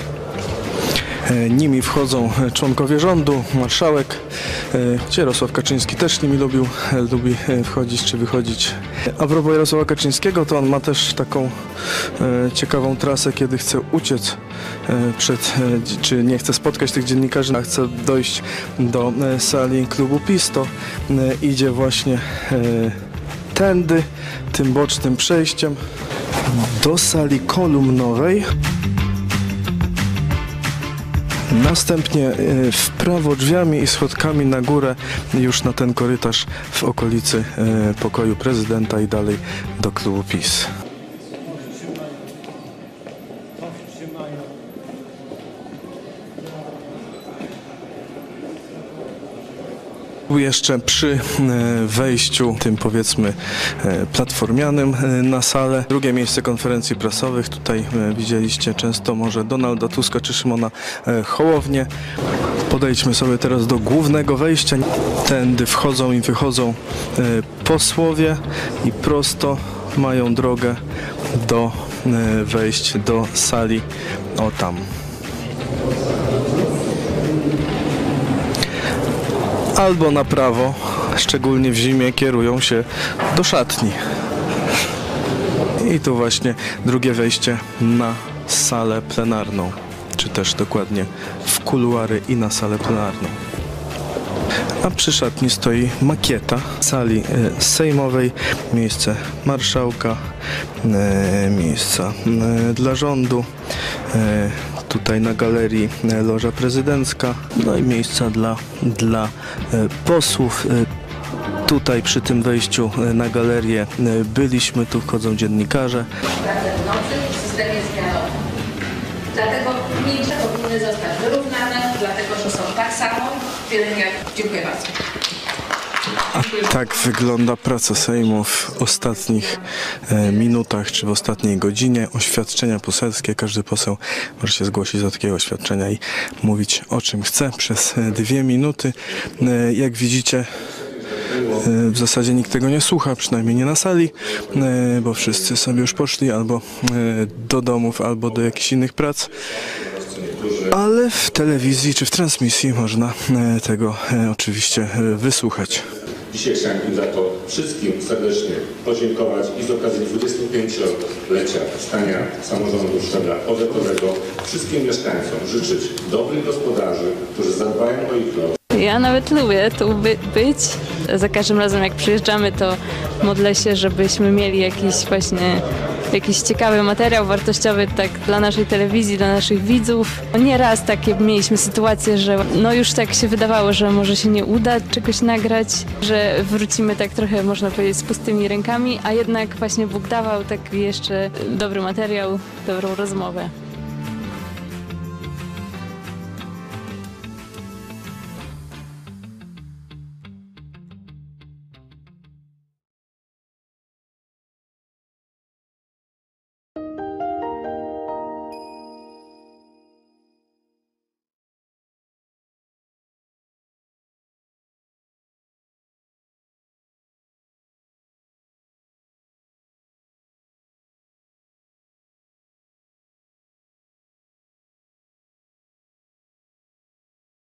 Speaker 3: Nimi wchodzą członkowie rządu, marszałek, Jarosław Kaczyński też nimi lubi wchodzić czy wychodzić. A propos Jarosława Kaczyńskiego, to on ma też taką ciekawą trasę, kiedy chce uciec czy nie chce spotkać tych dziennikarzy, a chce dojść do sali klubu PiS, to idzie właśnie tędy, tym bocznym przejściem do sali kolumnowej. Następnie w prawo drzwiami i schodkami na górę już na ten korytarz w okolicy pokoju prezydenta i dalej do klubu PiS. Jeszcze przy wejściu, tym powiedzmy platformianym na salę. Drugie miejsce konferencji prasowych. Tutaj widzieliście często może Donalda Tuska czy Szymona Hołownię. Podejdźmy sobie teraz do głównego wejścia. Tędy wchodzą i wychodzą posłowie i prosto mają drogę do wejść do sali o tam. Albo na prawo, szczególnie w zimie, kierują się do szatni. I tu właśnie drugie wejście na salę plenarną, czy też dokładnie w kuluary i na salę plenarną. A przy szatni stoi makieta sali sejmowej, miejsce marszałka, miejsca dla rządu, tutaj na galerii loża prezydencka, no i miejsca dla posłów. tutaj przy tym wejściu na galerię byliśmy, tu wchodzą dziennikarze.
Speaker 20: W systemie zmianowym. Dlatego mniejsze powinny zostać wyrównane, dlatego że są tak samo pielęgniarki. Dziękuję bardzo.
Speaker 3: A tak wygląda praca Sejmu w ostatnich minutach, czy w ostatniej godzinie. Oświadczenia poselskie. Każdy poseł może się zgłosić do takiego oświadczenia i mówić o czym chce przez 2 minuty. Jak widzicie, w zasadzie nikt tego nie słucha, przynajmniej nie na sali, bo wszyscy sobie już poszli albo do domów, albo do jakichś innych prac. Ale w telewizji czy w transmisji można tego oczywiście wysłuchać.
Speaker 21: Dzisiaj chciałem za to wszystkim serdecznie podziękować i z okazji 25-lecia powstania samorządu szczebla powiatowego wszystkim mieszkańcom życzyć dobrych gospodarzy, którzy zadbają o ich los.
Speaker 19: Ja nawet lubię tu być. Za każdym razem jak przyjeżdżamy, to modlę się, żebyśmy mieli jakiś ciekawy materiał wartościowy tak dla naszej telewizji, dla naszych widzów. Nieraz takie mieliśmy sytuacje, że no już tak się wydawało, że może się nie uda czegoś nagrać, że wrócimy tak trochę, można powiedzieć, z pustymi rękami, a jednak właśnie Bóg dawał taki jeszcze dobry materiał, dobrą rozmowę.